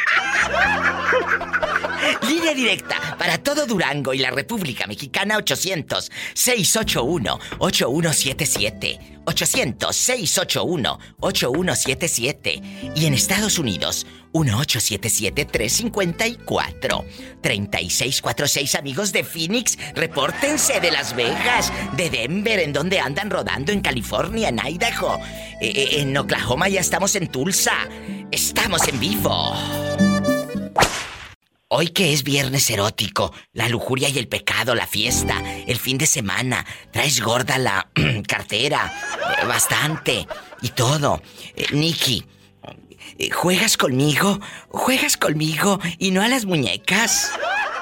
Línea directa para todo Durango y la República Mexicana ochocientos, seiscientos ochenta y uno, ochenta y uno setenta y siete. ochocientos, seiscientos ochenta y uno, ochenta y uno setenta y siete. Y en Estados Unidos, uno ocho siete siete, tres cinco cuatro, tres seis cuatro seis. Amigos de Phoenix, repórtense de Las Vegas, de Denver, en donde andan rodando, en California, en Idaho, eh, en Oklahoma, ya estamos en Tulsa. Estamos en vivo. hoy que es viernes erótico, la lujuria y el pecado, la fiesta, el fin de semana, traes gorda la cartera, eh, bastante, y todo. Eh, Nikki, eh, ¿juegas conmigo? ¿Juegas conmigo y no a las muñecas?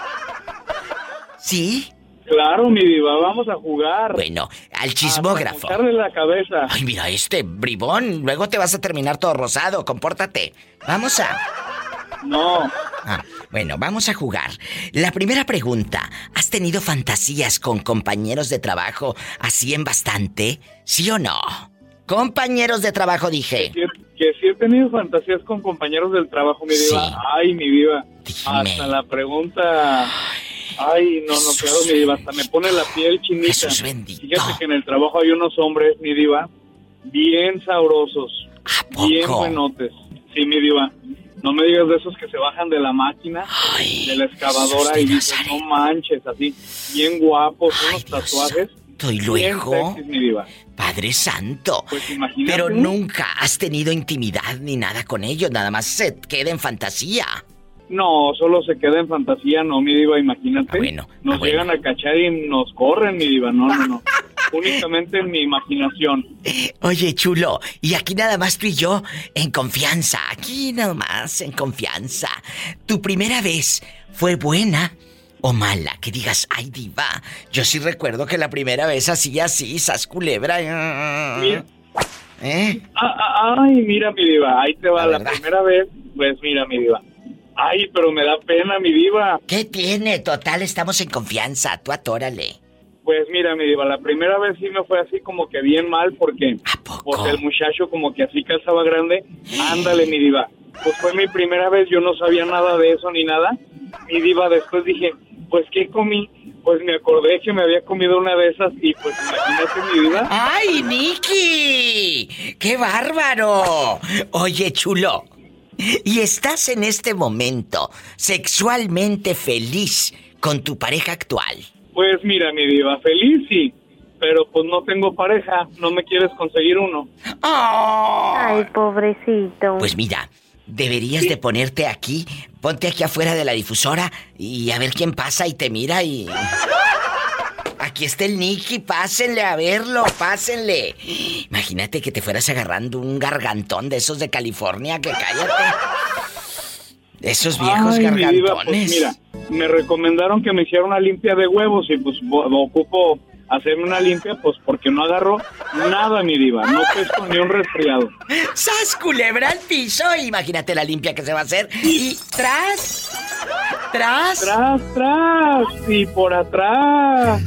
¿Sí? Claro, mi diva, vamos a jugar. Bueno, al chismógrafo. A darle la cabeza. Ay, mira este bribón, luego te vas a terminar todo rosado, compórtate. Vamos a... No. Ah, bueno, vamos a jugar. La primera pregunta, ¿has tenido fantasías con compañeros de trabajo así en bastante? ¿Sí o no? Compañeros de trabajo, dije. Que, que sí he tenido fantasías con compañeros del trabajo, mi diva. Sí. Ay, mi diva. Dime. Hasta la pregunta... Ay, no, no, claro, mi diva, hasta me pone la piel chinita. Jesús bendito. Fíjate que en el trabajo hay unos hombres, mi diva, bien sabrosos, ¿A poco? bien buenotes. Sí, mi diva, no me digas de esos que se bajan de la máquina, Ay, de la excavadora y dices, no manches, así, bien guapos, Ay, unos Dios tatuajes. Santo. Y luego, bien sexys, mi diva. Padre Santo, pues imagínate. Pero nunca has tenido intimidad ni nada con ellos, nada más se queda en fantasía. No, solo se queda en fantasía, no, mi diva, imagínate. Ah, bueno, nos ah, bueno. llegan a cachar y nos corren, mi diva, no, no, no. Únicamente en mi imaginación. Oye, chulo, y aquí nada más tú y yo en confianza, aquí nada más en confianza. ¿Tu primera vez fue buena o mala? Que digas, ay, diva, yo sí recuerdo que la primera vez así, así, sas culebra. Mira. ¿Eh? Ah, ah, ay, mira, mi diva, ahí te va la, la verdad. primera vez, pues mira, mi diva. Ay, pero me da pena, mi diva. ¿Qué tiene? Total, estamos en confianza. Tú atórale. Pues mira, mi diva, la primera vez sí me fue así como que bien mal porque... ¿A poco? Pues el muchacho como que así calzaba grande. Ándale, mi diva. Pues fue mi primera vez, yo no sabía nada de eso ni nada. Mi diva, después dije, pues ¿qué comí? Pues me acordé que me había comido una de esas y pues imagínate, mi diva. ¡Ay, Nikki! ¡Qué bárbaro! Oye, chulo... ¿Y estás en este momento sexualmente feliz con tu pareja actual? Pues mira, mi diva, feliz sí, pero pues no tengo pareja, no me quieres conseguir uno. ¡Oh! Ay, pobrecito. Pues mira, deberías sí. de ponerte aquí, ponte aquí afuera de la difusora y a ver quién pasa y te mira y... Aquí está el Nicky, pásenle a verlo, pásenle. Imagínate que te fueras agarrando un gargantón de esos de California, que cállate. Esos viejos Ay, gargantones. Mi diva, pues mira, me recomendaron que me hiciera una limpia de huevos y pues ocupo hacerme una limpia, pues porque no agarro nada, mi diva, no pesco ni un resfriado. ¡Sas, culebra al piso! Imagínate la limpia que se va a hacer. Y tras, tras. Tras, tras, y por atrás.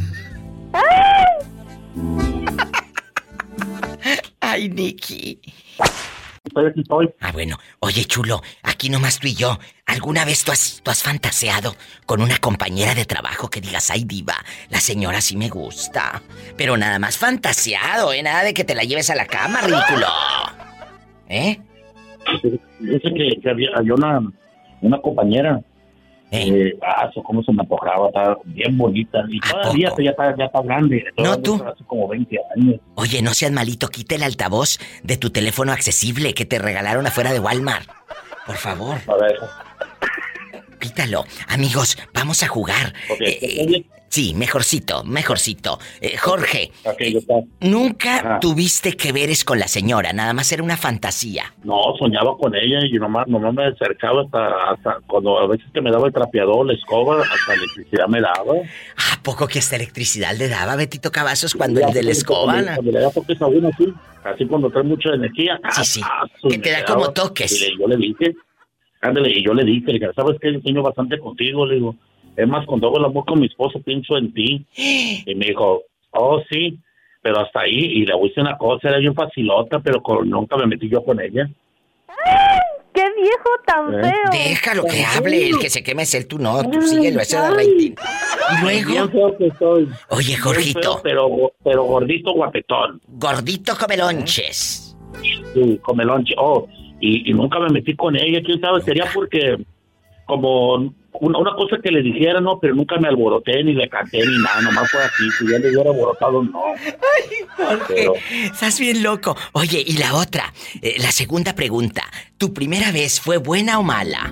Ay, Nicky. Estoy aquí, estoy. Ah, bueno. Oye, chulo, aquí nomás tú y yo. ¿Alguna vez tú has, tú has fantaseado con una compañera de trabajo que digas, ay, diva, la señora sí me gusta? Pero nada más fantaseado, ¿eh? Nada de que te la lleves a la cama, ridículo. ¿Eh? Dice que, que había, había una, una compañera. ¿Eh? Eh, ah, eso cómo se me antojaba, está bien bonita. Y todavía ya está, ya está grande. No, tú. Hace como veinte años. Oye, no seas malito, quita el altavoz de tu teléfono accesible que te regalaron afuera de Walmart. Por favor. A ver. Quítalo. Amigos, vamos a jugar. Okay. Eh, sí, mejorcito, mejorcito. Eh, Jorge, okay, está. nunca Ajá. tuviste que veres con la señora, nada más era una fantasía. No, soñaba con ella y nomás, nomás me acercaba hasta, hasta cuando a veces que me daba el trapeador, la escoba, hasta electricidad me daba. ¿A poco que hasta electricidad le daba Betito Cavazos cuando sí, el de la escoba? Cuando, cuando le da toques a uno así, así cuando trae mucha energía. Sí, sí, ah, que te da como toques. Y yo le dije, ándale, y yo le dije, le dije, ¿sabes qué? Enseño bastante contigo, le digo. Es más, cuando hago el amor con mi esposo, pienso en ti. Y me dijo, oh, sí, pero hasta ahí. Y le hice una cosa, era bien facilota, pero con, nunca me metí yo con ella. ¡Ay, qué viejo tan ¿Eh? feo! Déjalo que hable, el que se queme es él, tú no, tú síguelo, ese da rating. Y luego... Bien feo que estoy. Oye, Jorgito. Feo, pero, pero gordito, guapetón. Gordito comelonches. Sí, comelonches. Oh, y, y nunca me metí con ella, quién sabe, sería porque como... Una, una cosa que le dijera, no, pero nunca me alboroté, ni le canté, ni nada, nomás fue así, si ya le hubiera alborotado, no. Ay, Jorge, pero... estás bien loco. Oye, y la otra, eh, la segunda pregunta, ¿tu primera vez fue buena o mala?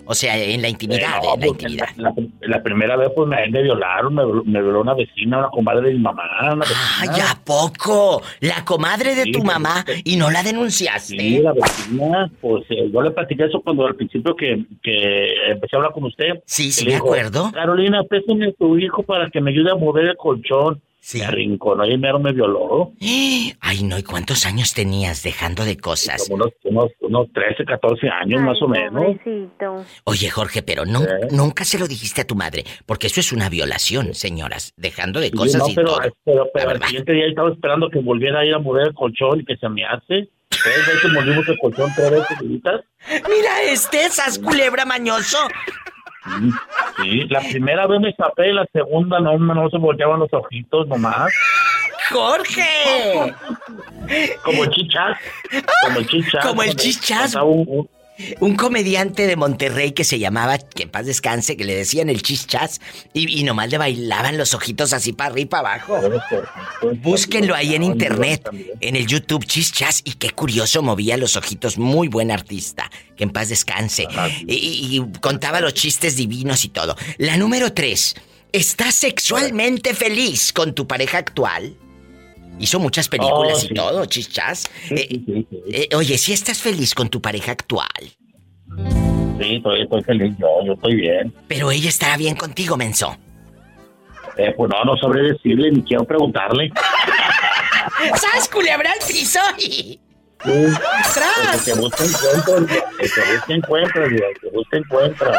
O sea, en la intimidad, Eh, no, en la porque intimidad. La, la- la primera vez, pues, me, me violaron, me, me violó una vecina, una comadre de mi mamá. Una ¡Ay, vecina. a poco! La comadre de Sí, tu pues, mamá y no la denunciaste. Sí, la vecina, pues eh, yo le platiqué eso cuando al principio que, que empecé a hablar con usted. Sí, sí, Que le me dijo, acuerdo. Carolina, préstame a tu hijo para que me ayude a mover el colchón. Sí. Me arrinconó y mero me violó. Ay, no, ¿y cuántos años tenías dejando de cosas? Como unos, unos, unos trece, catorce años más o menos. Pobrecito. Oye, Jorge, pero no, ¿Eh? nunca se lo dijiste a tu madre, porque eso es una violación, señoras, dejando de Sí, cosas no, y pero, todo. pero, pero La al verdad. siguiente día estaba esperando que volviera a ir a mover el colchón y que se me hace. Tres veces movimos el colchón, tres veces seguiditas. Mira este, esas culebra mañoso. Sí, sí, la primera vez me tapé, la segunda no, no se volteaban los ojitos nomás. ¡Jorge! Como el chichas. Como el chichas. Como el Cuando- chichas. cuando un- un- Un comediante de Monterrey que se llamaba, que en paz descanse, que le decían el chichas, y, y nomás le bailaban los ojitos así para arriba y para abajo. Búsquenlo ahí en internet, en el YouTube, chichas, y qué curioso movía los ojitos, muy buen artista, que en paz descanse. Y, y- y contaba los chistes divinos y todo. La número tres, ¿estás sexualmente feliz con tu pareja actual? Hizo muchas películas Oh, y sí. todo, chichas. Sí, Eh, sí, sí, sí. eh, oye, ¿si estás feliz con tu pareja actual? Sí, estoy, estoy feliz yo, yo estoy bien. Pero ella estará bien contigo, menso. Eh, pues no, no sabré decirle ni quiero preguntarle. ¿Sabes culebra al piso? Y... Sí. El ¡Tras! que busca encuentra, el que busca encuentra, digo, el que busca encuentra.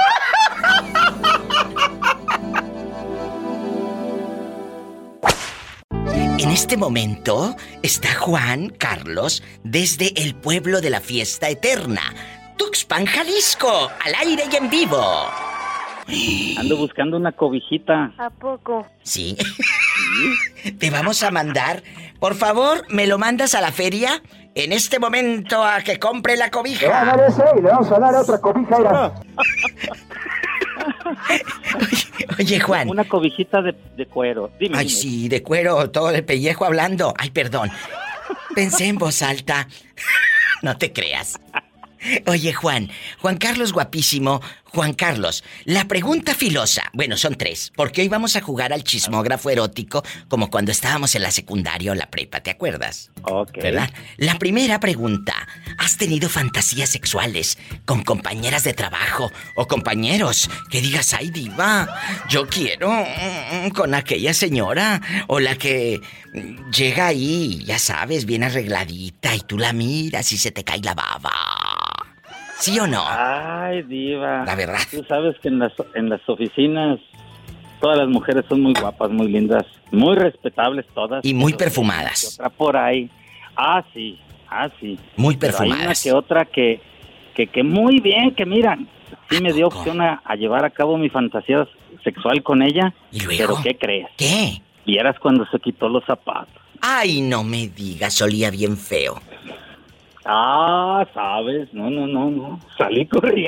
En este momento está Juan Carlos desde el pueblo de la fiesta eterna, Tuxpan, Jalisco, al aire y en vivo. Ando buscando una cobijita. ¿A poco? Sí. Te vamos a mandar. Por favor, ¿me lo mandas a la feria? En este momento a que compre la cobija. Le va a dar ese y le vamos a dar otra cobija. Mira. Oye, Juan. Una cobijita de, de cuero. Dime, Ay, dime. sí, de cuero, todo de pellejo hablando. Ay, perdón. Pensé en voz alta. No te creas. Oye, Juan, Juan Carlos guapísimo, Juan Carlos, la pregunta filosa, bueno, son tres, porque hoy vamos a jugar al chismógrafo erótico como cuando estábamos en la secundaria o la prepa, ¿te acuerdas? Ok. ¿Verdad? La primera pregunta, ¿has tenido fantasías sexuales con compañeras de trabajo o compañeros que digas, ay, diva, yo quiero mm, con aquella señora o la que mm, llega ahí, ya sabes, bien arregladita y tú la miras y se te cae la baba? ¿Sí o no? Ay, diva. La verdad. Tú sabes que en las, en las oficinas todas las mujeres son muy guapas, muy lindas, muy respetables todas. Y muy pero perfumadas. Otra por ahí. Ah, sí, ah, sí. Muy Pero hay una perfumadas. que otra que, que, que muy bien, que mira, sí me dio opción a, a llevar a cabo mi fantasía sexual con ella. ¿Y luego? Pero ¿qué crees? ¿Qué? Vieras cuando se quitó los zapatos. Ay, no me digas, olía bien feo. Ah, sabes, no, no, no, no. Salí corriendo.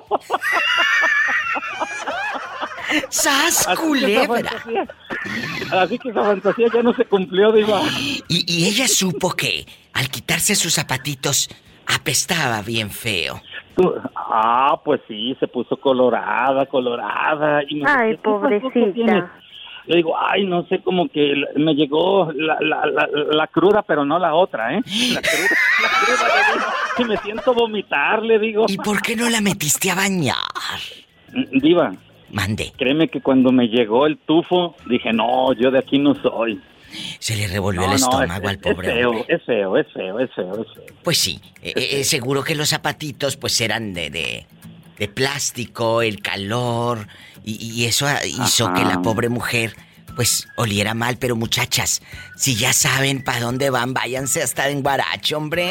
¡Sas, Así que esa culebra! fantasía- Así que esa fantasía ya no se cumplió, diva. Y, y ella supo que al quitarse sus zapatitos apestaba bien feo. Tú- Ah, pues sí, se puso colorada, colorada. Y me Ay, decía, ¿qué pasó? ¿Qué pobrecita. tienes? Le digo, ay, no sé, como que me llegó la, la, la, la cruda, pero no la otra, ¿eh? La cruda, la cruda, le digo. Y me siento vomitar, le digo. ¿Y por qué no la metiste a bañar? Diva. Mande. Créeme que cuando me llegó el tufo, dije, no, yo de aquí no soy. Se le revolvió No, el no, estómago es, al pobre es feo, hombre. es feo, es feo, es feo, es feo. Pues sí, eh, eh, seguro que los zapatitos pues eran de, de, de plástico, el calor, y, y eso hizo Ajá. que la pobre mujer pues oliera mal. Pero muchachas, si ya saben para dónde van, váyanse hasta en Guaracho, hombre.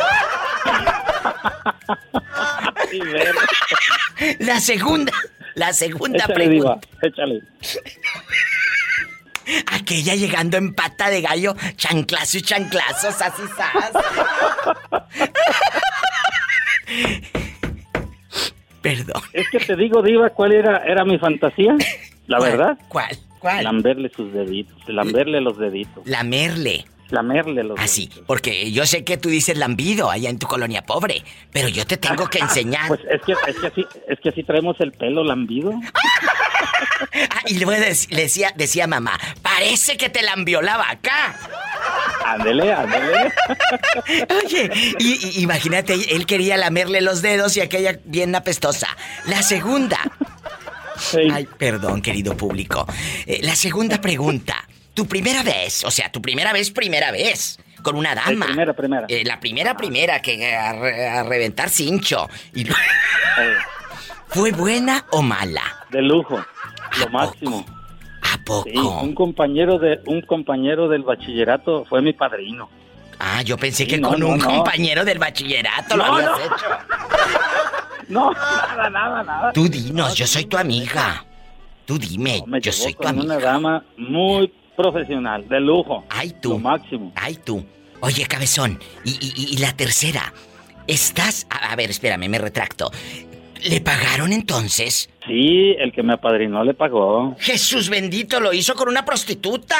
Sí, ver. La segunda, la segunda Échale, pregunta. diva, échale. Aquella llegando en pata de gallo, chanclazo y chanclazos, así sas. Perdón. Es que te digo, diva, ¿cuál era, era mi fantasía? La ¿Cuál? verdad. ¿Cuál? ¿Cuál? Lamberle sus deditos, lamberle los deditos. Lamerle. lamerle los Ah, sí, porque yo sé que tú dices lambido allá en tu colonia pobre, pero yo te tengo que enseñar. Pues es que, es que así, es que así traemos el pelo lambido. Ah, y luego dec- le decía, decía mamá, parece que te lambió la vaca. Ándele, ándele. Oye, y, y- imagínate, él quería lamerle los dedos y aquella bien apestosa. La segunda. Ay, perdón, querido público. Eh, la segunda pregunta. Tu primera vez, o sea, tu primera vez, primera vez, con una dama. Sí, primera, primera. Eh, la primera, primera, que a, re- a reventar cincho. Y lo- ¿Fue buena o mala? De lujo, lo máximo. ¿A poco? Sí, un compañero de un compañero del bachillerato fue mi padrino. Ah, yo pensé Sí, que no, con no, un no. compañero del bachillerato lo No, habías no. hecho. No, nada, nada, nada. Tú dinos, yo soy tu amiga. Tú dime, No, me yo llevó soy tu con amiga. una dama muy profesional, de lujo. Ay, tú. Lo máximo. Ay, tú. Oye, cabezón, y, y- y la tercera. ¿Estás...? A, a ver, espérame, me retracto. ¿Le pagaron entonces? Sí, el que me apadrinó le pagó. Jesús bendito, lo hizo con una prostituta.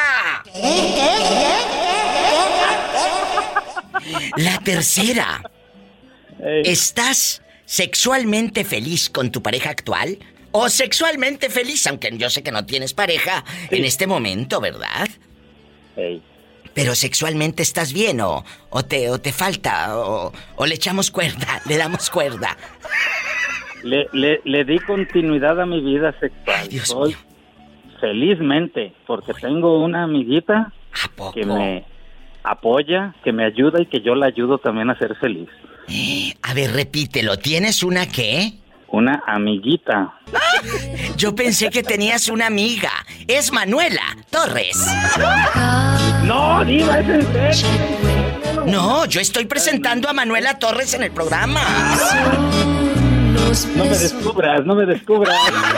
La tercera. ¿Estás sexualmente feliz con tu pareja actual? ¿O sexualmente feliz, aunque yo sé que no tienes pareja en este momento, ¿verdad? Pero sexualmente estás bien o, o, te, o te falta o, o le echamos cuerda, le damos cuerda. Le, le, le di continuidad a mi vida sexual. Soy felizmente, porque tengo una amiguita que me apoya, que me ayuda y que yo la ayudo también a ser feliz. A ver, repítelo, ¿tienes una qué? Una amiguita. Yo pensé que tenías una amiga. Es Manuela Torres. No, diva, es en serio. No, yo estoy presentando a Manuela Torres en el programa. No me descubras, no me descubras.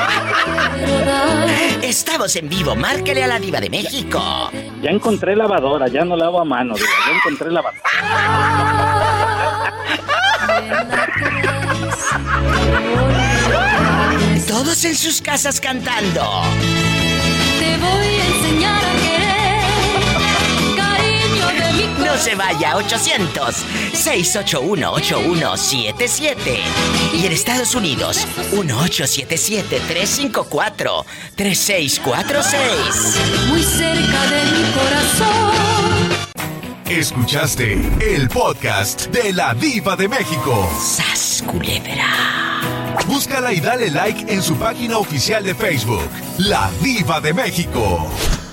Estamos en vivo, márquele a la Diva de México. Ya encontré lavadora, ya no lavo a mano, diva, ya encontré lavadora. Todos en sus casas cantando. Te voy a enseñar a querer, cariño de mi corazón. No se vaya, ochocientos, seiscientos ochenta y uno, ochenta y uno setenta y siete. Y en Estados Unidos, uno ocho siete siete, tres cinco cuatro, tres seis cuatro seis. Muy cerca de mi corazón. Escuchaste el podcast de La Diva de México. ¡Sas, culebra! Búscala y dale like en su página oficial de Facebook, La Diva de México.